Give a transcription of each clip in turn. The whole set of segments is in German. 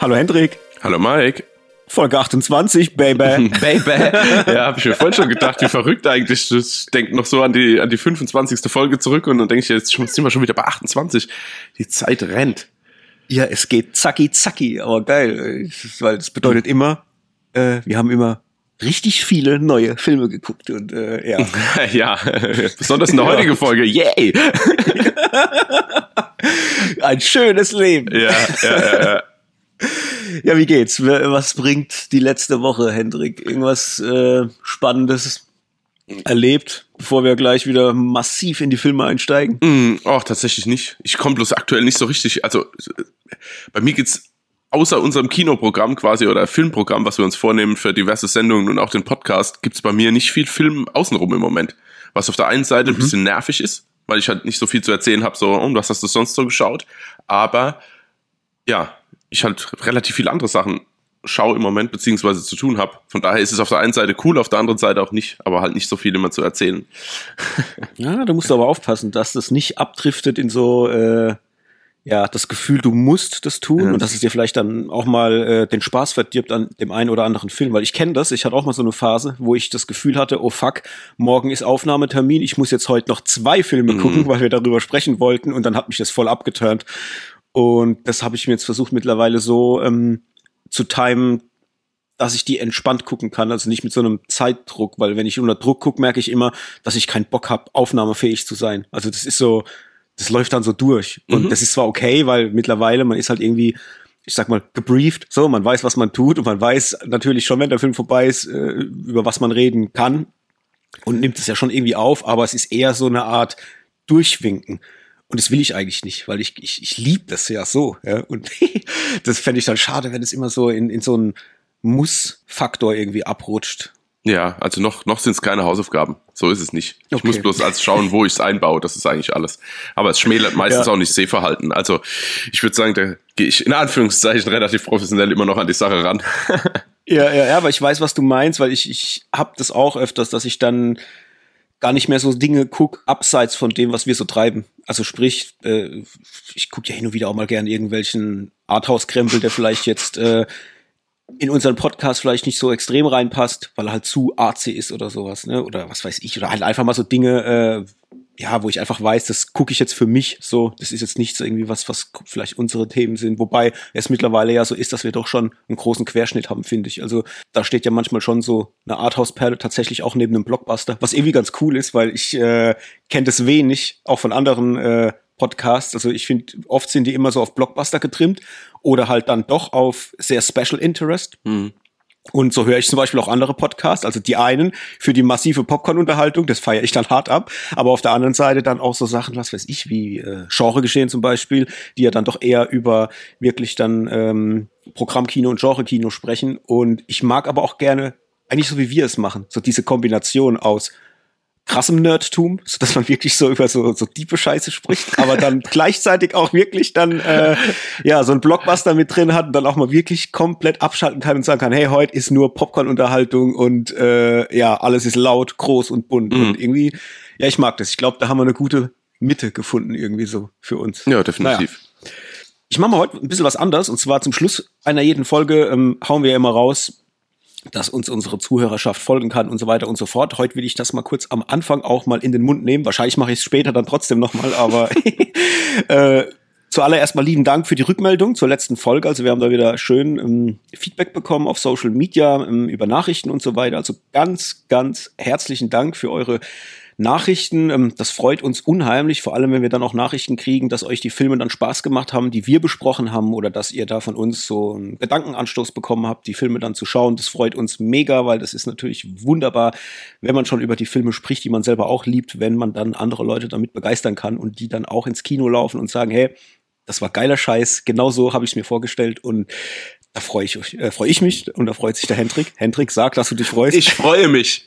Hallo Hendrik. Hallo Mike. Folge 28, Baby. Baby. Ja, habe ich mir vorhin schon gedacht, wie verrückt eigentlich. Ich denke noch so an die 25. Folge zurück und dann denke ich, jetzt sind wir schon wieder bei 28. Die Zeit rennt. Ja, es geht zacki zacki, aber geil, weil das bedeutet immer, wir haben immer richtig viele neue Filme geguckt und ja. Ja, besonders in der heutigen Folge, yay! Ein schönes Leben. Ja. Ja, wie geht's? Was bringt die letzte Woche, Hendrik? Irgendwas Spannendes erlebt, bevor wir gleich wieder massiv in die Filme einsteigen? Tatsächlich nicht. Ich komme bloß aktuell nicht so richtig, also bei mir geht's außer unserem Kinoprogramm quasi oder Filmprogramm, was wir uns vornehmen für diverse Sendungen und auch den Podcast, gibt's bei mir nicht viel Film außenrum im Moment. Was auf der einen Seite ein bisschen nervig ist, weil ich halt nicht so viel zu erzählen habe, so, was hast du sonst so geschaut? Aber ja, ich halt relativ viele andere Sachen schaue im Moment, beziehungsweise zu tun habe. Von daher ist es auf der einen Seite cool, auf der anderen Seite auch nicht, aber halt nicht so viel immer zu erzählen. Ja, da musst du aber aufpassen, dass das nicht abdriftet in so, das Gefühl, du musst das tun und dass es dir vielleicht dann auch mal den Spaß verdirbt an dem einen oder anderen Film, weil ich kenne das, ich hatte auch mal so eine Phase, wo ich das Gefühl hatte, oh fuck, morgen ist Aufnahmetermin, ich muss jetzt heute noch 2 Filme gucken, weil wir darüber sprechen wollten und dann hat mich das voll abgeturnt und das habe ich mir jetzt versucht mittlerweile so zu timen, dass ich die entspannt gucken kann, also nicht mit so einem Zeitdruck, weil wenn ich unter Druck gucke, merke ich immer, dass ich keinen Bock habe, aufnahmefähig zu sein, also das ist so, das läuft dann so durch. Und das ist zwar okay, weil mittlerweile man ist halt irgendwie, ich sag mal, gebrieft. So, man weiß, was man tut und man weiß natürlich schon, wenn der Film vorbei ist, über was man reden kann und nimmt es ja schon irgendwie auf, aber es ist eher so eine Art Durchwinken. Und das will ich eigentlich nicht, weil ich liebe das ja so. Ja? Und das fände ich dann schade, wenn es immer so in so einen Muss-Faktor irgendwie abrutscht. Ja, also noch sind es keine Hausaufgaben. So ist es nicht. Okay. Ich muss bloß schauen, wo ich es einbaue. Das ist eigentlich alles. Aber es schmälert meistens auch nicht Sehverhalten. Also ich würde sagen, da gehe ich in Anführungszeichen relativ professionell immer noch an die Sache ran. Ja, aber ich weiß, was du meinst, weil ich habe das auch öfters, dass ich dann gar nicht mehr so Dinge gucke, abseits von dem, was wir so treiben. Also sprich, ich gucke ja hin und wieder auch mal gerne irgendwelchen Arthouse-Krempel, der vielleicht jetzt in unseren Podcast vielleicht nicht so extrem reinpasst, weil er halt zu artsy ist oder sowas, ne? Oder was weiß ich. Oder halt einfach mal so Dinge, wo ich einfach weiß, das gucke ich jetzt für mich so. Das ist jetzt nicht so irgendwie was vielleicht unsere Themen sind. Wobei es mittlerweile ja so ist, dass wir doch schon einen großen Querschnitt haben, finde ich. Also da steht ja manchmal schon so eine Arthouse-Perle tatsächlich auch neben einem Blockbuster, was irgendwie ganz cool ist, weil ich kenne das wenig, auch von anderen Podcasts. Also ich finde, oft sind die immer so auf Blockbuster getrimmt oder halt dann doch auf sehr Special Interest. Und so höre ich zum Beispiel auch andere Podcasts, also die einen für die massive Popcorn-Unterhaltung, das feiere ich dann hart ab, aber auf der anderen Seite dann auch so Sachen, was weiß ich, wie Genregeschehen zum Beispiel, die ja dann doch eher über wirklich dann Programmkino und Genrekino sprechen und ich mag aber auch gerne, eigentlich so wie wir es machen, so diese Kombination aus krassem Nerdtum, so dass man wirklich so über so diepe Scheiße spricht, aber dann gleichzeitig auch wirklich dann so ein Blockbuster mit drin hat und dann auch mal wirklich komplett abschalten kann und sagen kann, hey, heute ist nur Popcorn-Unterhaltung und alles ist laut, groß und bunt und irgendwie, ja, ich mag das. Ich glaube, da haben wir eine gute Mitte gefunden irgendwie so für uns. Ja, definitiv. Naja. Ich mache mal heute ein bisschen was anderes und zwar zum Schluss einer jeden Folge hauen wir ja immer raus, dass uns unsere Zuhörerschaft folgen kann und so weiter und so fort. Heute will ich das mal kurz am Anfang auch mal in den Mund nehmen. Wahrscheinlich mache ich es später dann trotzdem nochmal, aber zuallererst mal lieben Dank für die Rückmeldung zur letzten Folge. Also wir haben da wieder schön Feedback bekommen auf Social Media, über Nachrichten und so weiter. Also ganz, ganz herzlichen Dank für eure Nachrichten. Das freut uns unheimlich, vor allem wenn wir dann auch Nachrichten kriegen, dass euch die Filme dann Spaß gemacht haben, die wir besprochen haben oder dass ihr da von uns so einen Gedankenanstoß bekommen habt, die Filme dann zu schauen. Das freut uns mega, weil das ist natürlich wunderbar, wenn man schon über die Filme spricht, die man selber auch liebt, wenn man dann andere Leute damit begeistern kann und die dann auch ins Kino laufen und sagen, hey, das war geiler Scheiß, genau so habe ich es mir vorgestellt und da freue ich mich und da freut sich der Hendrik. Hendrik, sag, dass du dich freust. Ich freue mich.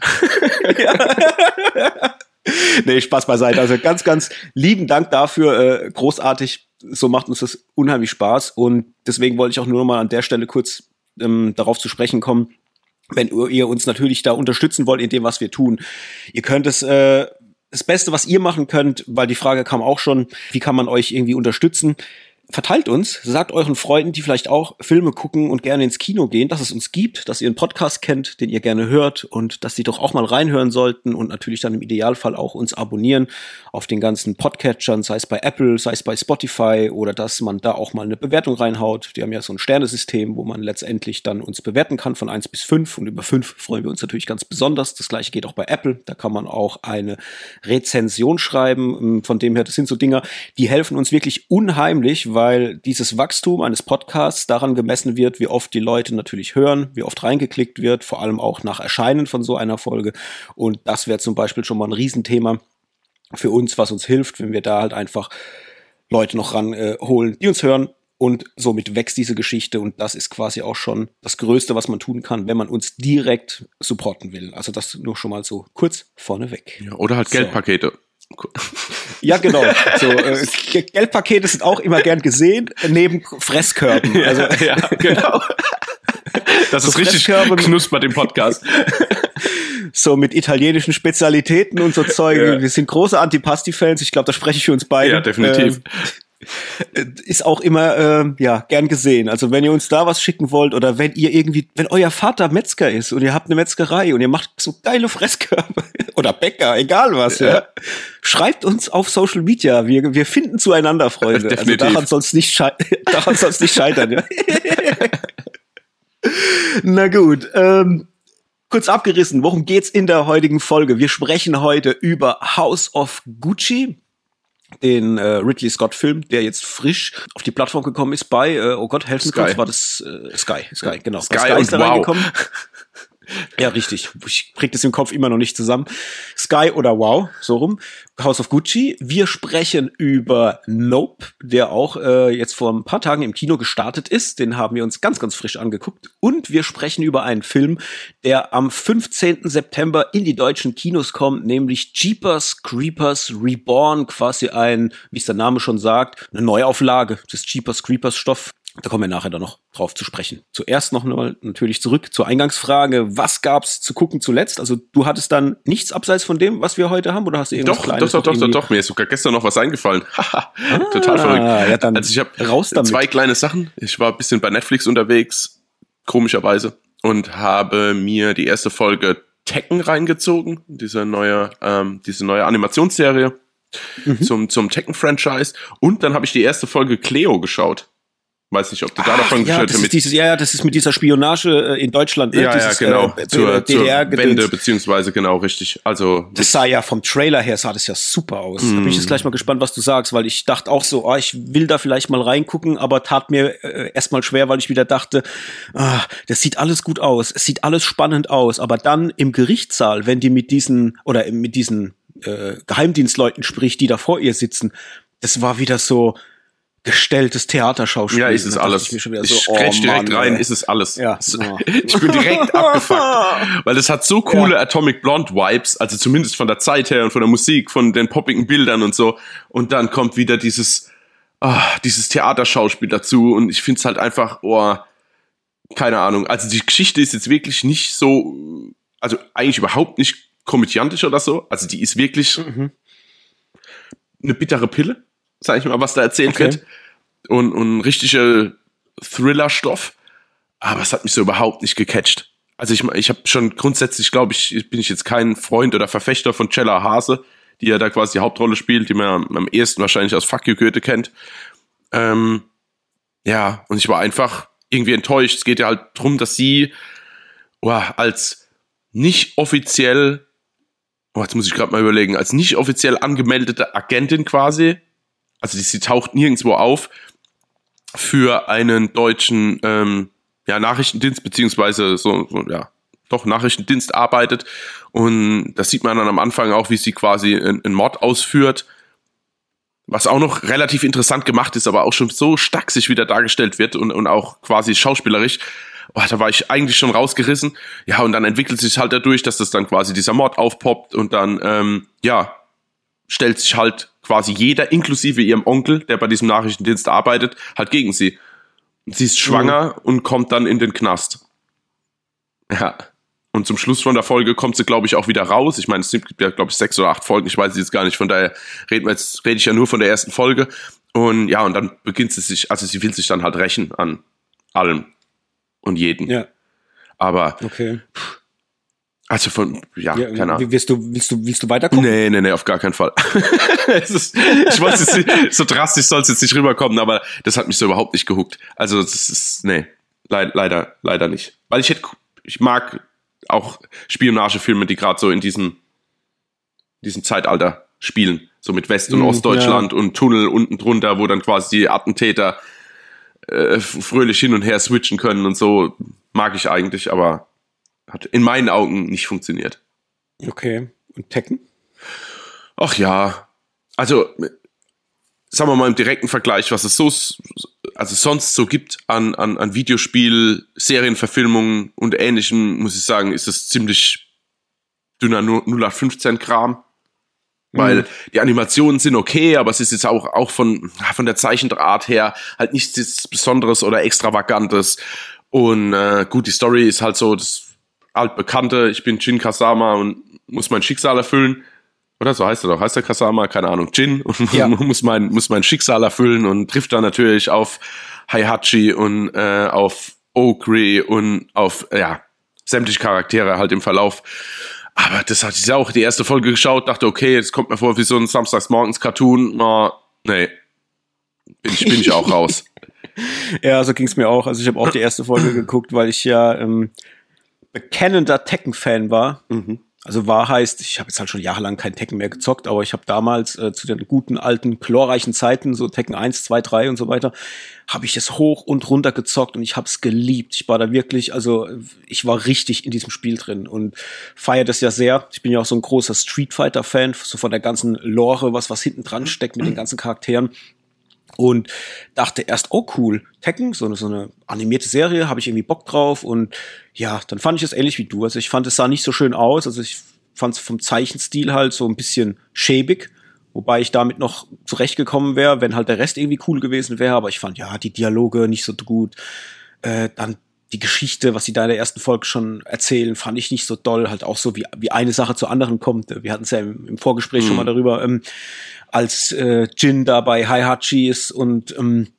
Nee, Spaß beiseite. Also ganz, ganz lieben Dank dafür. Großartig. So macht uns das unheimlich Spaß. Und deswegen wollte ich auch nur noch mal an der Stelle kurz darauf zu sprechen kommen, wenn ihr uns natürlich da unterstützen wollt in dem, was wir tun. Ihr könnt es das Beste, was ihr machen könnt, weil die Frage kam auch schon, wie kann man euch irgendwie unterstützen? verteilt uns, sagt euren Freunden, die vielleicht auch Filme gucken und gerne ins Kino gehen, dass es uns gibt, dass ihr einen Podcast kennt, den ihr gerne hört und dass sie doch auch mal reinhören sollten und natürlich dann im Idealfall auch uns abonnieren auf den ganzen Podcatchern, sei es bei Apple, sei es bei Spotify oder dass man da auch mal eine Bewertung reinhaut. Die haben ja so ein Sternesystem, wo man letztendlich dann uns bewerten kann von 1 bis 5 und über 5 freuen wir uns natürlich ganz besonders. Das gleiche geht auch bei Apple, da kann man auch eine Rezension schreiben. Von dem her, das sind so Dinger, die helfen uns wirklich unheimlich, weil dieses Wachstum eines Podcasts daran gemessen wird, wie oft die Leute natürlich hören, wie oft reingeklickt wird, vor allem auch nach Erscheinen von so einer Folge. Und das wäre zum Beispiel schon mal ein Riesenthema für uns, was uns hilft, wenn wir da halt einfach Leute noch ranholen, die uns hören. Und somit wächst diese Geschichte und das ist quasi auch schon das Größte, was man tun kann, wenn man uns direkt supporten will. Also das nur schon mal so kurz vorneweg. Ja, oder halt Geldpakete. Ja, genau. So, Geldpakete sind auch immer gern gesehen, neben Fresskörben. Also, ja, genau. Das so ist richtig knuspert im Podcast. So mit italienischen Spezialitäten und so Zeug. Ja. Wir sind große Antipasti-Fans. Ich glaube, da spreche ich für uns beide. Ja, definitiv. Ist auch immer gern gesehen. Also wenn ihr uns da was schicken wollt oder wenn euer Vater Metzger ist und ihr habt eine Metzgerei und ihr macht so geile Fresskörbe oder Bäcker, egal was, ja. Schreibt uns auf Social Media. Wir finden zueinander, Freunde. Definitiv. Also daran soll es nicht scheitern. Ja. Na gut. Kurz abgerissen, worum geht's in der heutigen Folge? Wir sprechen heute über House of Gucci, den Ridley Scott-Film, der jetzt frisch auf die Plattform gekommen ist bei, helfen kurz, war das Sky, genau. Sky ist da wow. reingekommen. Ja, richtig. Ich krieg das im Kopf immer noch nicht zusammen. Sky oder Wow, so rum. House of Gucci. Wir sprechen über Nope, der auch jetzt vor ein paar Tagen im Kino gestartet ist. Den haben wir uns ganz, ganz frisch angeguckt. Und wir sprechen über einen Film, der am 15. September in die deutschen Kinos kommt, nämlich Jeepers Creepers Reborn. Quasi wie es der Name schon sagt, eine Neuauflage des Jeepers Creepers Stoff. Da kommen wir nachher dann noch drauf zu sprechen. Zuerst noch mal natürlich zurück zur Eingangsfrage. Was gab's zu gucken zuletzt? Also du hattest dann nichts abseits von dem, was wir heute haben? Oder hast du irgendwas Kleines? Doch. Mir ist sogar gestern noch was eingefallen. Total verrückt. Ja, dann also ich habe raus damit. 2 kleine Sachen. Ich war ein bisschen bei Netflix unterwegs, komischerweise, und habe mir die erste Folge Tekken reingezogen. Diese neue Animationsserie zum Tekken-Franchise. Und dann habe ich die erste Folge Cleo geschaut. Weiß nicht, ob du da davon gehört hast. Das ist mit dieser Spionage in Deutschland. Ne? Ja, genau. Zur DDR-Gedöns. beziehungsweise genau, richtig. Also das sah ja vom Trailer her, sah das ja super aus. Da bin ich jetzt gleich mal gespannt, was du sagst, weil ich dachte auch so, ich will da vielleicht mal reingucken, aber tat mir erstmal schwer, weil ich wieder dachte, das sieht alles gut aus, es sieht alles spannend aus, aber dann im Gerichtssaal, wenn die mit diesen Geheimdienstleuten spricht, die da vor ihr sitzen, das war wieder so gestelltes Theaterschauspiel. Ja, ist es alles. Ich scratch direkt rein, ist es alles. Ja. Ich bin direkt abgefuckt. Weil es hat so coole Atomic Blonde Vibes, also zumindest von der Zeit her und von der Musik, von den poppigen Bildern und so. Und dann kommt wieder dieses Theaterschauspiel dazu und ich find's halt einfach, keine Ahnung. Also die Geschichte ist jetzt wirklich nicht so, also eigentlich überhaupt nicht komödiantisch oder so. Also die ist wirklich eine bittere Pille, sag ich mal, was da erzählt wird. Und ein richtiger Thriller-Stoff. Aber es hat mich so überhaupt nicht gecatcht. Also ich habe schon grundsätzlich, bin ich jetzt kein Freund oder Verfechter von Cella Hase, die ja da quasi die Hauptrolle spielt, die man am ehesten wahrscheinlich aus Fuck You Goethe kennt. Und ich war einfach irgendwie enttäuscht. Es geht ja halt drum, dass sie als nicht offiziell, jetzt muss ich gerade mal überlegen, als nicht offiziell angemeldete Agentin quasi, also sie taucht nirgendwo auf, für einen deutschen Nachrichtendienst, beziehungsweise Nachrichtendienst arbeitet. Und das sieht man dann am Anfang auch, wie sie quasi einen Mord ausführt, was auch noch relativ interessant gemacht ist, aber auch schon so stachsig wieder dargestellt wird und auch quasi schauspielerisch. Da war ich eigentlich schon rausgerissen. Ja, und dann entwickelt sich halt dadurch, dass das dann quasi dieser Mord aufpoppt und dann, stellt sich halt quasi jeder, inklusive ihrem Onkel, der bei diesem Nachrichtendienst arbeitet, halt gegen sie. Und sie ist schwanger und kommt dann in den Knast. Ja. Und zum Schluss von der Folge kommt sie, glaube ich, auch wieder raus. Ich meine, es gibt ja, glaube ich, 6 oder 8 Folgen. Ich weiß es jetzt gar nicht. Von daher rede ich ja nur von der ersten Folge. Und ja, und dann beginnt sie will sich dann halt rächen an allem und jeden. Ja. Aber, Okay. Also keine Ahnung. Willst du weiter gucken? Nee, auf gar keinen Fall. Ich weiß jetzt nicht, so drastisch soll es jetzt nicht rüberkommen, aber das hat mich so überhaupt nicht gehuckt. Also, das ist, leider nicht. Weil ich mag auch Spionagefilme, die gerade so in diesem Zeitalter spielen. So mit West- und Ostdeutschland und Tunnel unten drunter, wo dann quasi die Attentäter fröhlich hin und her switchen können und so. Mag ich eigentlich, aber hat in meinen Augen nicht funktioniert. Okay. Und Tekken? Ach ja. Also, sagen wir mal im direkten Vergleich, was es sonst so gibt an Videospiel, Serienverfilmungen und Ähnlichem, muss ich sagen, ist es ziemlich dünner 0815-Kram. Weil die Animationen sind okay, aber es ist jetzt auch von der Zeichenart her halt nichts Besonderes oder Extravagantes. Und gut, die Story ist halt so das altbekannte, ich bin Jin Kazama und muss mein Schicksal erfüllen. Oder so heißt er doch. Heißt der Kazama? Keine Ahnung. Jin und muss mein Schicksal erfüllen und trifft dann natürlich auf Heihachi und auf Oakry und auf sämtliche Charaktere halt im Verlauf. Aber das hatte ich ja auch die erste Folge geschaut, dachte, okay, jetzt kommt mir vor wie so ein Samstagsmorgens-Cartoon. Oh, nee, bin ich auch raus. Ja, so ging's mir auch. Also ich habe auch die erste Folge geguckt, weil ich ja bekennender Tekken-Fan war. Also heißt, ich habe jetzt halt schon jahrelang kein Tekken mehr gezockt, aber ich habe damals zu den guten, alten, glorreichen Zeiten, so Tekken 1, 2, 3 und so weiter, habe ich es hoch und runter gezockt und ich habe es geliebt. Ich war da wirklich, also ich war richtig in diesem Spiel drin und feiere das ja sehr. Ich bin ja auch so ein großer Street Fighter-Fan, so von der ganzen Lore, was hinten dran steckt mit den ganzen Charakteren. Und dachte erst, oh cool, Tekken, so eine animierte Serie, habe ich irgendwie Bock drauf. Und ja, dann fand ich es ähnlich wie du. Also ich fand, es sah nicht so schön aus. Also ich fand es vom Zeichenstil halt so ein bisschen schäbig. Wobei ich damit noch zurechtgekommen wäre, wenn halt der Rest irgendwie cool gewesen wäre. Aber ich fand, ja, die Dialoge nicht so gut. Dann die Geschichte, was sie da in der ersten Folge schon erzählen, fand ich nicht so doll. Halt auch so, wie eine Sache zur anderen kommt. Wir hatten es ja im Vorgespräch schon mal darüber, als Jin da bei Heihachi ist und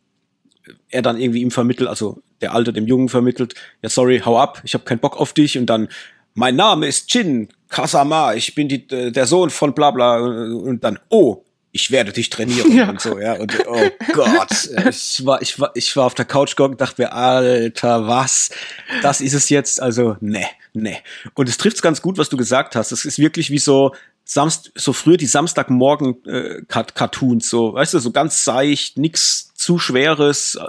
er dann irgendwie ihm vermittelt, also der Alte dem Jungen vermittelt, ja sorry, hau ab, ich habe keinen Bock auf dich. Und dann, mein Name ist Jin Kazama, ich bin der Sohn von bla bla. Und dann, oh, ich werde dich trainieren und so, ja. Und oh Gott, ich war auf der Couch gegangen und dachte mir, Alter, was? Das ist es jetzt? Also, nee. Und es trifft's ganz gut, was du gesagt hast. Es ist wirklich wie so früher die Samstagmorgen-Cartoons, so, weißt du, so ganz seicht, nix zu Schweres.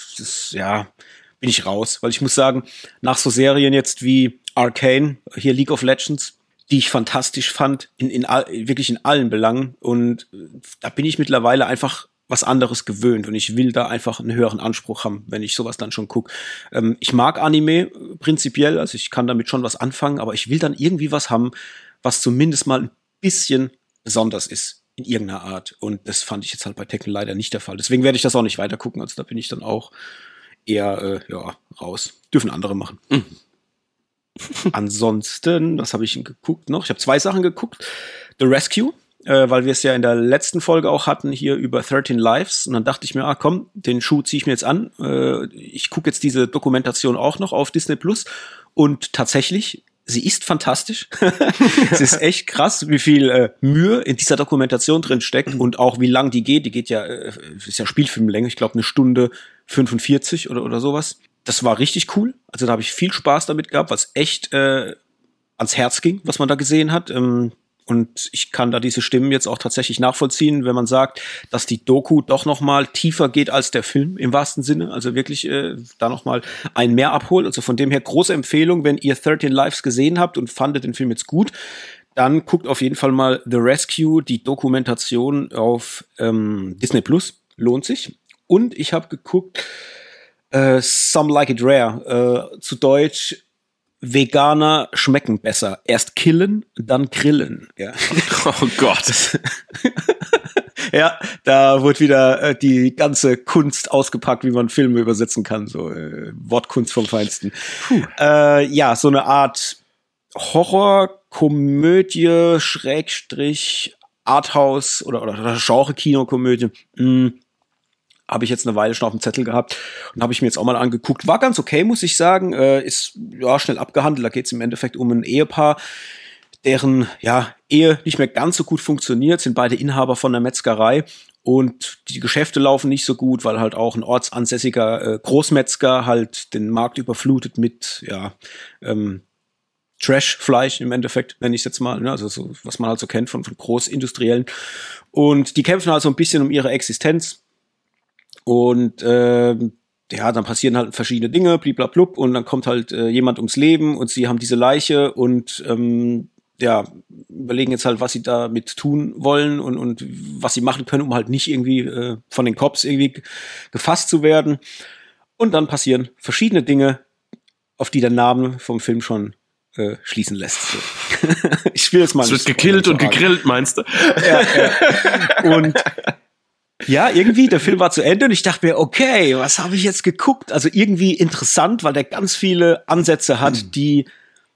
Bin ich raus. Weil ich muss sagen, nach so Serien jetzt wie Arcane, hier League of Legends, die ich fantastisch fand, wirklich in allen Belangen. Und da bin ich mittlerweile einfach was anderes gewöhnt und ich will da einfach einen höheren Anspruch haben, wenn ich sowas dann schon gucke. Ich mag Anime prinzipiell, also ich kann damit schon was anfangen, aber ich will dann irgendwie was haben, was zumindest mal ein bisschen besonders ist in irgendeiner Art. Und das fand ich jetzt halt bei Tekken leider nicht der Fall. Deswegen werde ich das auch nicht weiter gucken. Also da bin ich dann auch eher raus. Dürfen andere machen. Ansonsten, was habe ich denn geguckt noch? Ich habe 2 Sachen geguckt. The Rescue, weil wir es ja in der letzten Folge auch hatten, hier über 13 Lives. Und dann dachte ich mir, komm, den Schuh ziehe ich mir jetzt an. Ich gucke jetzt diese Dokumentation auch noch auf Disney Plus. Und tatsächlich, sie ist fantastisch. Es ist echt krass, wie viel Mühe in dieser Dokumentation drin steckt und auch wie lang die geht. Die geht ja, ist ja Spielfilmlänge, ich glaube 1 Stunde 45 oder sowas. Das war richtig cool. Also da habe ich viel Spaß damit gehabt, was echt ans Herz ging, was man da gesehen hat. Und ich kann da diese Stimmen jetzt auch tatsächlich nachvollziehen, wenn man sagt, dass die Doku doch noch mal tiefer geht als der Film im wahrsten Sinne. Also wirklich da noch mal ein mehr abholt. Also von dem her große Empfehlung, wenn ihr 13 Lives gesehen habt und fandet den Film jetzt gut, dann guckt auf jeden Fall mal The Rescue, die Dokumentation auf Disney Plus. Lohnt sich. Und ich habe geguckt Some Like It Rare, zu Deutsch Veganer schmecken besser. Erst killen, dann grillen. Ja. Oh Gott. Ja, da wurde wieder die ganze Kunst ausgepackt, wie man Filme übersetzen kann. So Wortkunst vom Feinsten. So eine Art Horror-Komödie, Schrägstrich, Arthouse oder Genre-Kino-Komödie. habe ich jetzt eine Weile schon auf dem Zettel gehabt und habe ich mir jetzt auch mal angeguckt. War ganz okay, muss ich sagen. Ist ja schnell abgehandelt. Da geht es im Endeffekt um ein Ehepaar, deren Ehe nicht mehr ganz so gut funktioniert, sind beide Inhaber von einer Metzgerei und die Geschäfte laufen nicht so gut, weil halt auch ein ortsansässiger Großmetzger halt den Markt überflutet mit Trash-Fleisch im Endeffekt, nenne ich es jetzt mal, ne? Also so, was man halt so kennt von Großindustriellen. Und die kämpfen halt so ein bisschen um ihre Existenz. Und dann passieren halt verschiedene Dinge, bliblablub, und dann kommt halt jemand ums Leben und sie haben diese Leiche und überlegen jetzt halt, was sie damit tun wollen und was sie machen können, um halt nicht irgendwie von den Cops irgendwie gefasst zu werden. Und dann passieren verschiedene Dinge, auf die der Name vom Film schon schließen lässt. So. Ich will jetzt mal. Es wird gekillt und gegrillt, meinst du? Und ja, irgendwie, der Film war zu Ende und ich dachte mir, okay, was habe ich jetzt geguckt? Also irgendwie interessant, weil der ganz viele Ansätze hat, die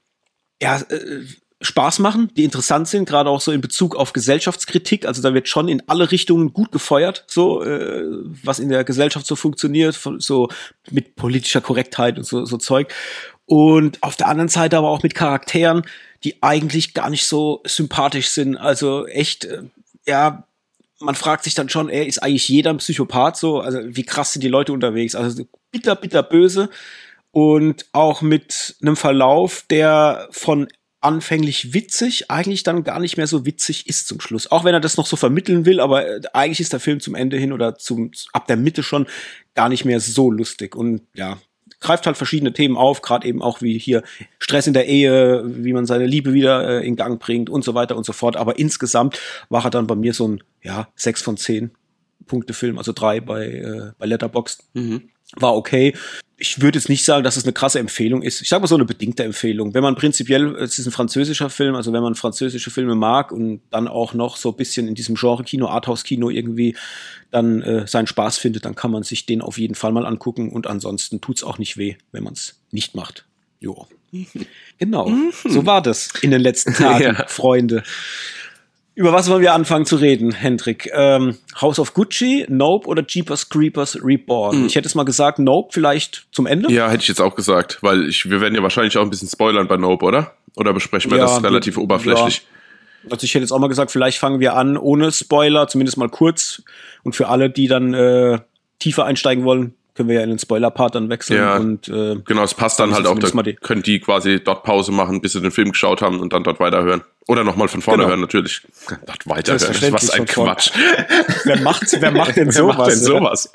Spaß machen, die interessant sind, gerade auch so in Bezug auf Gesellschaftskritik. Also da wird schon in alle Richtungen gut gefeuert, so was in der Gesellschaft so funktioniert, so mit politischer Korrektheit und so Zeug. Und auf der anderen Seite aber auch mit Charakteren, die eigentlich gar nicht so sympathisch sind. Also echt, man fragt sich dann schon, ist eigentlich jeder ein Psychopath so? Also wie krass sind die Leute unterwegs? Also bitter, bitter böse und auch mit einem Verlauf, der von anfänglich witzig eigentlich dann gar nicht mehr so witzig ist zum Schluss. Auch wenn er das noch so vermitteln will, aber eigentlich ist der Film zum Ende hin oder ab der Mitte schon gar nicht mehr so lustig. Und greift halt verschiedene Themen auf, gerade eben auch wie hier Stress in der Ehe, wie man seine Liebe wieder in Gang bringt und so weiter und so fort. Aber insgesamt war er dann bei mir so ein 6 von 10 Punkte Film, also 3 bei Letterboxd. War okay. Ich würde jetzt nicht sagen, dass es eine krasse Empfehlung ist. Ich sage mal so eine bedingte Empfehlung. Wenn man prinzipiell, es ist ein französischer Film, also wenn man französische Filme mag und dann auch noch so ein bisschen in diesem Genre-Kino, Arthouse-Kino irgendwie dann seinen Spaß findet, dann kann man sich den auf jeden Fall mal angucken und ansonsten tut's auch nicht weh, wenn man es nicht macht. Jo. Genau. So war das in den letzten Tagen, Freunde. Über was wollen wir anfangen zu reden, Hendrik? House of Gucci, Nope oder Jeepers Creepers Reborn? Ich hätte es mal gesagt, Nope vielleicht zum Ende. Ja, hätte ich jetzt auch gesagt, weil wir werden ja wahrscheinlich auch ein bisschen spoilern bei Nope, oder? Oder besprechen wir das relativ oberflächlich? Ja. Also ich hätte jetzt auch mal gesagt, vielleicht fangen wir an ohne Spoiler, zumindest mal kurz. Und für alle, die dann tiefer einsteigen wollen, können wir ja in den Spoiler-Part dann wechseln. Ja, und, genau, es passt dann halt auch, da können die quasi dort Pause machen, bis sie den Film geschaut haben und dann dort weiterhören. Oder nochmal von vorne hören, natürlich. Dort weiterhören, was ein Quatsch. Wer macht denn sowas?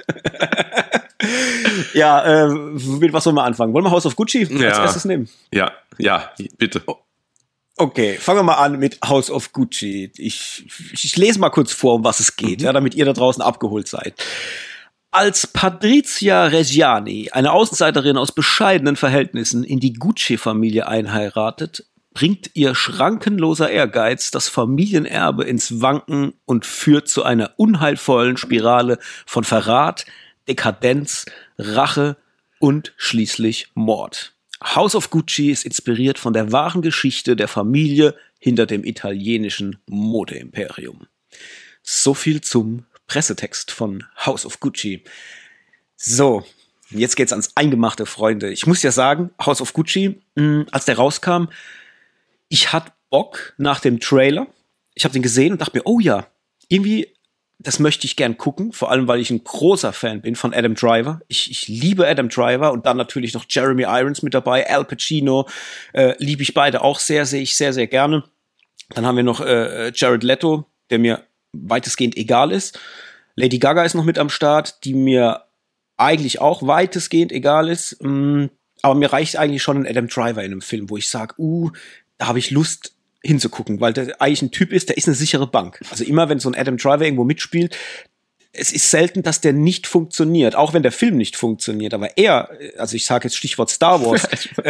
Mit was wollen wir anfangen? Wollen wir House of Gucci als erstes nehmen? Ja, bitte. Okay, fangen wir mal an mit House of Gucci. Ich lese mal kurz vor, um was es geht, damit ihr da draußen abgeholt seid. Als Patrizia Reggiani, eine Außenseiterin aus bescheidenen Verhältnissen, in die Gucci-Familie einheiratet, bringt ihr schrankenloser Ehrgeiz das Familienerbe ins Wanken und führt zu einer unheilvollen Spirale von Verrat, Dekadenz, Rache und schließlich Mord. House of Gucci ist inspiriert von der wahren Geschichte der Familie hinter dem italienischen Modeimperium. So viel zum Pressetext von House of Gucci. So, jetzt geht's ans Eingemachte, Freunde. Ich muss ja sagen, House of Gucci, als der rauskam, ich hatte Bock nach dem Trailer. Ich habe den gesehen und dachte mir, oh ja, irgendwie, das möchte ich gern gucken. Vor allem, weil ich ein großer Fan bin von Adam Driver. Ich liebe Adam Driver und dann natürlich noch Jeremy Irons mit dabei, Al Pacino. Liebe ich beide auch sehr, sehe ich sehr, sehr gerne. Dann haben wir noch Jared Leto, der mir weitestgehend egal ist. Lady Gaga ist noch mit am Start, die mir eigentlich auch weitestgehend egal ist. Aber mir reicht eigentlich schon ein Adam Driver in einem Film, wo ich sage, da habe ich Lust hinzugucken, weil der eigentlich ein Typ ist, der ist eine sichere Bank. Also immer, wenn so ein Adam Driver irgendwo mitspielt, es ist selten, dass der nicht funktioniert, auch wenn der Film nicht funktioniert. Aber also ich sage jetzt Stichwort Star Wars,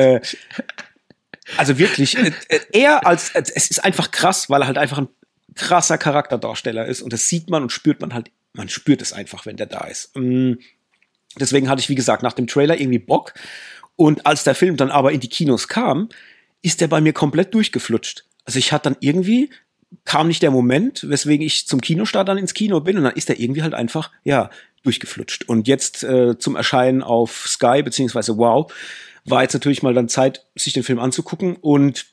also wirklich, es ist einfach krass, weil er halt einfach ein krasser Charakterdarsteller ist und das sieht man und spürt man halt, man spürt es einfach, wenn der da ist. Deswegen hatte ich, wie gesagt, nach dem Trailer irgendwie Bock und als der Film dann aber in die Kinos kam, ist der bei mir komplett durchgeflutscht. Also ich hatte dann irgendwie, kam nicht der Moment, weswegen ich zum Kinostart dann ins Kino bin und dann ist der irgendwie halt einfach, durchgeflutscht. Und jetzt zum Erscheinen auf Sky beziehungsweise Wow war jetzt natürlich mal dann Zeit, sich den Film anzugucken. Und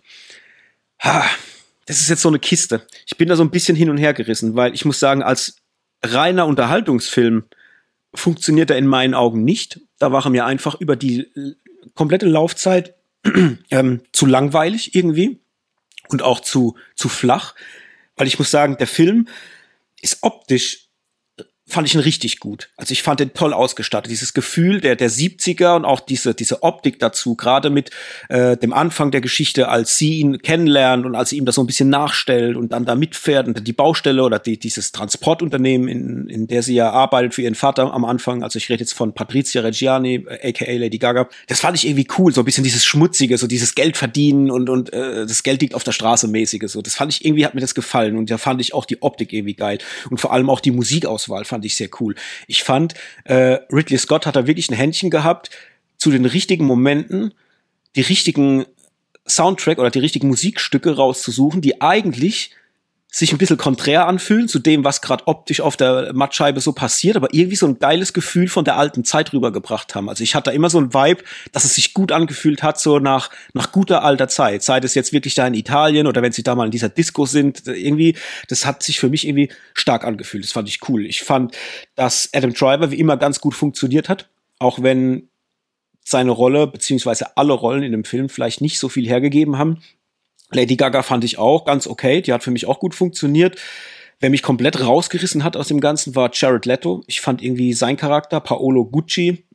das ist jetzt so eine Kiste. Ich bin da so ein bisschen hin und her gerissen, weil ich muss sagen, als reiner Unterhaltungsfilm funktioniert er in meinen Augen nicht. Da war er mir einfach über die komplette Laufzeit zu langweilig irgendwie und auch zu flach. Weil ich muss sagen, der Film ist optisch, fand ich ihn richtig gut. Also ich fand den toll ausgestattet. Dieses Gefühl der 70er und auch diese Optik dazu, gerade mit dem Anfang der Geschichte, als sie ihn kennenlernt und als sie ihm das so ein bisschen nachstellt und dann da mitfährt und die Baustelle oder dieses Transportunternehmen, in der sie ja arbeitet für ihren Vater am Anfang. Also ich rede jetzt von Patrizia Reggiani, aka Lady Gaga. Das fand ich irgendwie cool, so ein bisschen dieses Schmutzige, so dieses Geld verdienen und das Geld liegt auf der Straße mäßige. So, das fand ich irgendwie, hat mir das gefallen und da fand ich auch die Optik irgendwie geil und vor allem auch die Musikauswahl fand ich sehr cool. Ich fand, Ridley Scott hat da wirklich ein Händchen gehabt, zu den richtigen Momenten die richtigen Soundtrack oder die richtigen Musikstücke rauszusuchen, die eigentlich sich ein bisschen konträr anfühlen zu dem, was gerade optisch auf der Mattscheibe so passiert, aber irgendwie so ein geiles Gefühl von der alten Zeit rübergebracht haben. Also ich hatte da immer so ein Vibe, dass es sich gut angefühlt hat, so nach guter alter Zeit. Sei das jetzt wirklich da in Italien oder wenn sie da mal in dieser Disco sind, irgendwie, das hat sich für mich irgendwie stark angefühlt. Das fand ich cool. Ich fand, dass Adam Driver wie immer ganz gut funktioniert hat, auch wenn seine Rolle, beziehungsweise alle Rollen in dem Film vielleicht nicht so viel hergegeben haben. Lady Gaga fand ich auch ganz okay, die hat für mich auch gut funktioniert. Wer mich komplett rausgerissen hat aus dem Ganzen, war Jared Leto. Ich fand irgendwie sein Charakter, Paolo Gucci,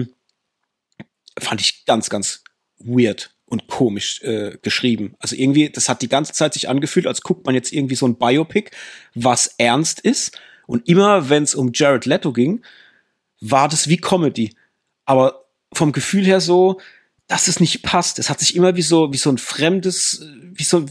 fand ich ganz, ganz weird und komisch geschrieben. Also irgendwie, das hat die ganze Zeit sich angefühlt, als guckt man jetzt irgendwie so ein Biopic, was ernst ist. Und immer, wenn es um Jared Leto ging, war das wie Comedy. Aber vom Gefühl her so, dass es nicht passt. Es hat sich immer wie so ein fremdes, wie so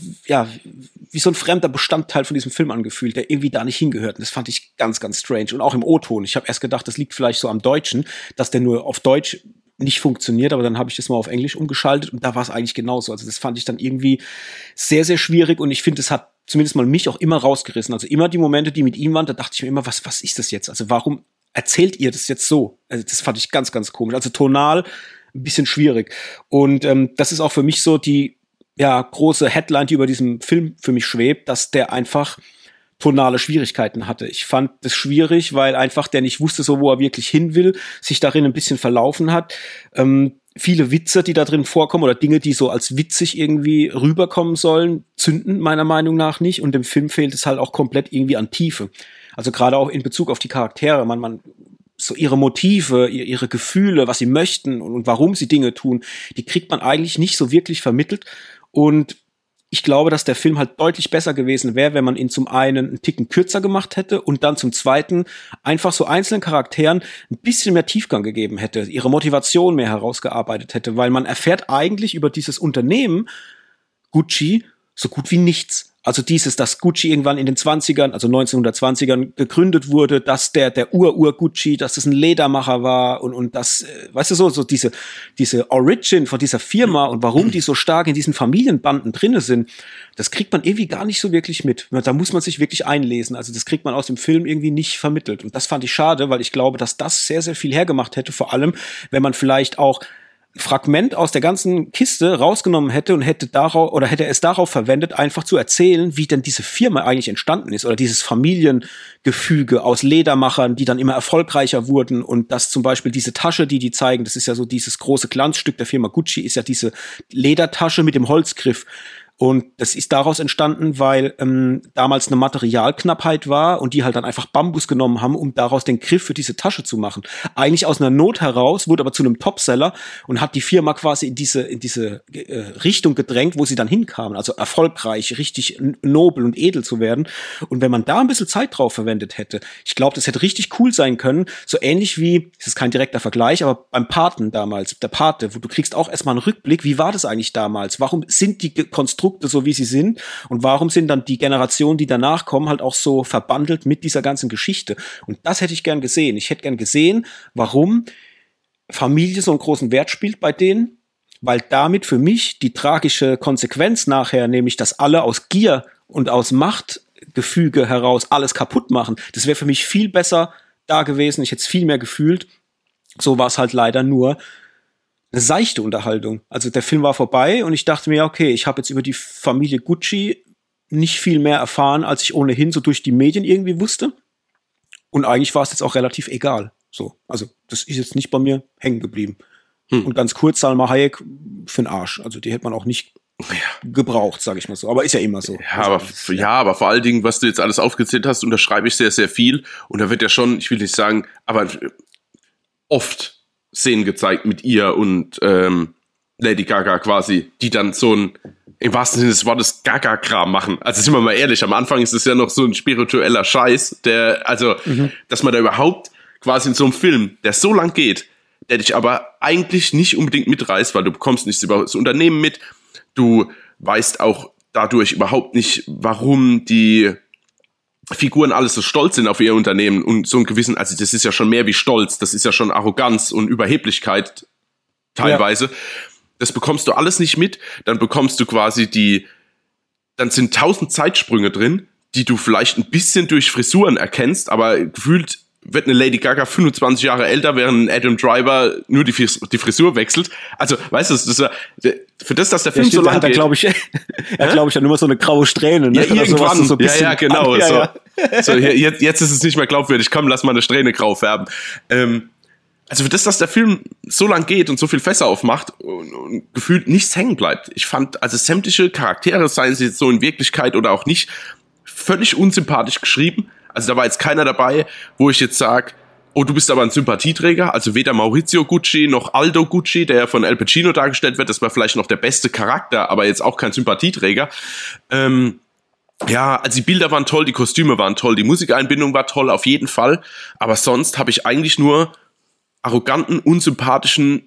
ein fremder Bestandteil von diesem Film angefühlt, der irgendwie da nicht hingehört. Und das fand ich ganz, ganz strange. Und auch im O-Ton. Ich habe erst gedacht, das liegt vielleicht so am Deutschen, dass der nur auf Deutsch nicht funktioniert, aber dann habe ich das mal auf Englisch umgeschaltet und da war es eigentlich genauso. Also das fand ich dann irgendwie sehr, sehr schwierig und ich finde, es hat zumindest mal mich auch immer rausgerissen. Also immer die Momente, die mit ihm waren, da dachte ich mir immer, was ist das jetzt? Also warum erzählt ihr das jetzt so? Also das fand ich ganz, ganz komisch. Also tonal ein bisschen schwierig. Und das ist auch für mich so die große Headline, die über diesem Film für mich schwebt, dass der einfach tonale Schwierigkeiten hatte. Ich fand das schwierig, weil einfach der nicht wusste, so wo er wirklich hin will, sich darin ein bisschen verlaufen hat. Viele Witze, die da drin vorkommen oder Dinge, die so als witzig irgendwie rüberkommen sollen, zünden meiner Meinung nach nicht. Und dem Film fehlt es halt auch komplett irgendwie an Tiefe. Also gerade auch in Bezug auf die Charaktere. Man so ihre Motive, ihre Gefühle, was sie möchten und warum sie Dinge tun, die kriegt man eigentlich nicht so wirklich vermittelt. Und ich glaube, dass der Film halt deutlich besser gewesen wäre, wenn man ihn zum einen einen Ticken kürzer gemacht hätte und dann zum zweiten einfach so einzelnen Charakteren ein bisschen mehr Tiefgang gegeben hätte, ihre Motivation mehr herausgearbeitet hätte, weil man erfährt eigentlich über dieses Unternehmen Gucci so gut wie nichts. Also dass Gucci irgendwann in den 20ern, also 1920ern gegründet wurde, dass der Ur-Gucci, dass das ein Ledermacher war und das, weißt du, so diese Origin von dieser Firma und warum die so stark in diesen Familienbanden drinne sind, das kriegt man irgendwie gar nicht so wirklich mit. Da muss man sich wirklich einlesen. Also das kriegt man aus dem Film irgendwie nicht vermittelt. Und das fand ich schade, weil ich glaube, dass das sehr, sehr viel hergemacht hätte, vor allem, wenn man vielleicht auch Fragment aus der ganzen Kiste rausgenommen hätte und hätte es darauf verwendet, einfach zu erzählen, wie denn diese Firma eigentlich entstanden ist oder dieses Familiengefüge aus Ledermachern, die dann immer erfolgreicher wurden und dass zum Beispiel diese Tasche, die zeigen, das ist ja so dieses große Glanzstück der Firma Gucci, ist ja diese Ledertasche mit dem Holzgriff. Und das ist daraus entstanden, weil damals eine Materialknappheit war und die halt dann einfach Bambus genommen haben, um daraus den Griff für diese Tasche zu machen. Eigentlich aus einer Not heraus, wurde aber zu einem Topseller und hat die Firma quasi in diese Richtung gedrängt, wo sie dann hinkamen. Also erfolgreich, richtig nobel und edel zu werden. Und wenn man da ein bisschen Zeit drauf verwendet hätte, ich glaube, das hätte richtig cool sein können. So ähnlich wie, das ist kein direkter Vergleich, aber beim Paten damals, der Pate, wo du kriegst auch erstmal einen Rückblick, wie war das eigentlich damals? Warum sind die Konstrukte so, wie sie sind? Und warum sind dann die Generationen, die danach kommen, halt auch so verbandelt mit dieser ganzen Geschichte? Und das hätte ich gern gesehen. Ich hätte gern gesehen, warum Familie so einen großen Wert spielt bei denen, weil damit für mich die tragische Konsequenz nachher, nämlich, dass alle aus Gier und aus Machtgefüge heraus alles kaputt machen, das wäre für mich viel besser da gewesen, ich hätte es viel mehr gefühlt. So war es halt leider nur eine seichte Unterhaltung. Also der Film war vorbei und ich dachte mir, okay, ich habe jetzt über die Familie Gucci nicht viel mehr erfahren, als ich ohnehin so durch die Medien irgendwie wusste. Und eigentlich war es jetzt auch relativ egal. So, also das ist jetzt nicht bei mir hängen geblieben. Und ganz kurz, Salma Hayek für den Arsch. Also die hätte man auch nicht gebraucht, sage ich mal so. Aber ist ja immer so. Aber vor allen Dingen, was du jetzt alles aufgezählt hast, unterschreibe ich sehr, sehr viel. Und da wird ja schon, ich will nicht sagen, aber oft Szenen gezeigt mit ihr und Lady Gaga quasi, die dann so ein, im wahrsten Sinne des Wortes, Gaga-Kram machen. Also sind wir mal ehrlich, am Anfang ist es ja noch so ein spiritueller Scheiß, dass man da überhaupt quasi in so einem Film, der so lang geht, der dich aber eigentlich nicht unbedingt mitreißt, weil du bekommst nichts über das Unternehmen mit, du weißt auch dadurch überhaupt nicht, warum die Figuren alles so stolz sind auf ihr Unternehmen und so einen gewissen, also das ist ja schon mehr wie Stolz, das ist ja schon Arroganz und Überheblichkeit teilweise. Ja. Das bekommst du alles nicht mit, dann bekommst du quasi dann sind 1000 Zeitsprünge drin, die du vielleicht ein bisschen durch Frisuren erkennst, aber gefühlt wird eine Lady Gaga 25 Jahre älter, während Adam Driver nur die Frisur wechselt. Also, weißt du, das ist für das, dass der Film so lang geht. Glaube ich, dann nur so eine graue Strähne. Ne? Ja, irgendwann. So genau. So, jetzt ist es nicht mehr glaubwürdig. Komm, lass mal eine Strähne grau färben. Also für das, dass der Film so lang geht und so viel Fässer aufmacht und gefühlt nichts hängen bleibt. Ich fand, also sämtliche Charaktere, seien sie jetzt so in Wirklichkeit oder auch nicht, völlig unsympathisch geschrieben. Also da war jetzt keiner dabei, wo ich jetzt sage, oh, du bist aber ein Sympathieträger. Also weder Maurizio Gucci noch Aldo Gucci, der von Al Pacino dargestellt wird, das war vielleicht noch der beste Charakter, aber jetzt auch kein Sympathieträger. Ja, also die Bilder waren toll, die Kostüme waren toll, die Musikeinbindung war toll, auf jeden Fall. Aber sonst habe ich eigentlich nur arroganten, unsympathischen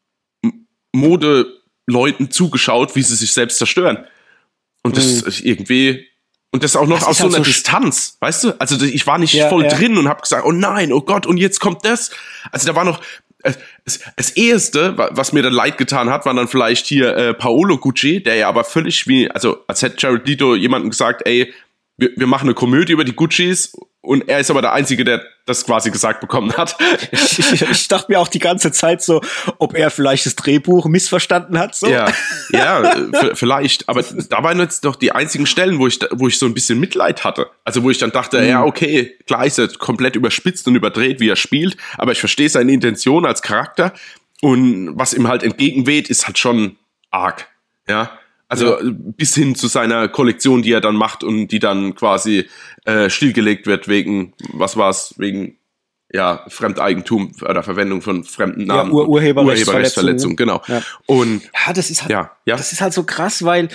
Modeleuten zugeschaut, wie sie sich selbst zerstören. Und das irgendwie... Und das auch noch aus so einer Distanz, weißt du? Also ich war nicht voll drin und hab gesagt, oh nein, oh Gott, und jetzt kommt das. Also da war noch, das Erste, was mir dann leid getan hat, war dann vielleicht hier Paolo Gucci, der ja aber völlig als hätte Jared Leto jemandem gesagt, ey, wir machen eine Komödie über die Guccis und er ist aber der Einzige, der das quasi gesagt bekommen hat. Ich dachte mir auch die ganze Zeit so, ob er vielleicht das Drehbuch missverstanden hat. So. Ja, vielleicht. Aber da waren jetzt doch die einzigen Stellen, wo ich so ein bisschen Mitleid hatte. Also wo ich dann dachte, ja, okay, klar ist er komplett überspitzt und überdreht, wie er spielt, aber ich verstehe seine Intention als Charakter und was ihm halt entgegenweht, ist halt schon arg. Ja. Also bis hin zu seiner Kollektion, die er dann macht und die dann quasi stillgelegt wird wegen, was war's, wegen Fremdeigentum oder Verwendung von fremden Namen. Ja, Urheberrechtsverletzung, genau. Ja. Und das ist halt, das ist halt so krass, weil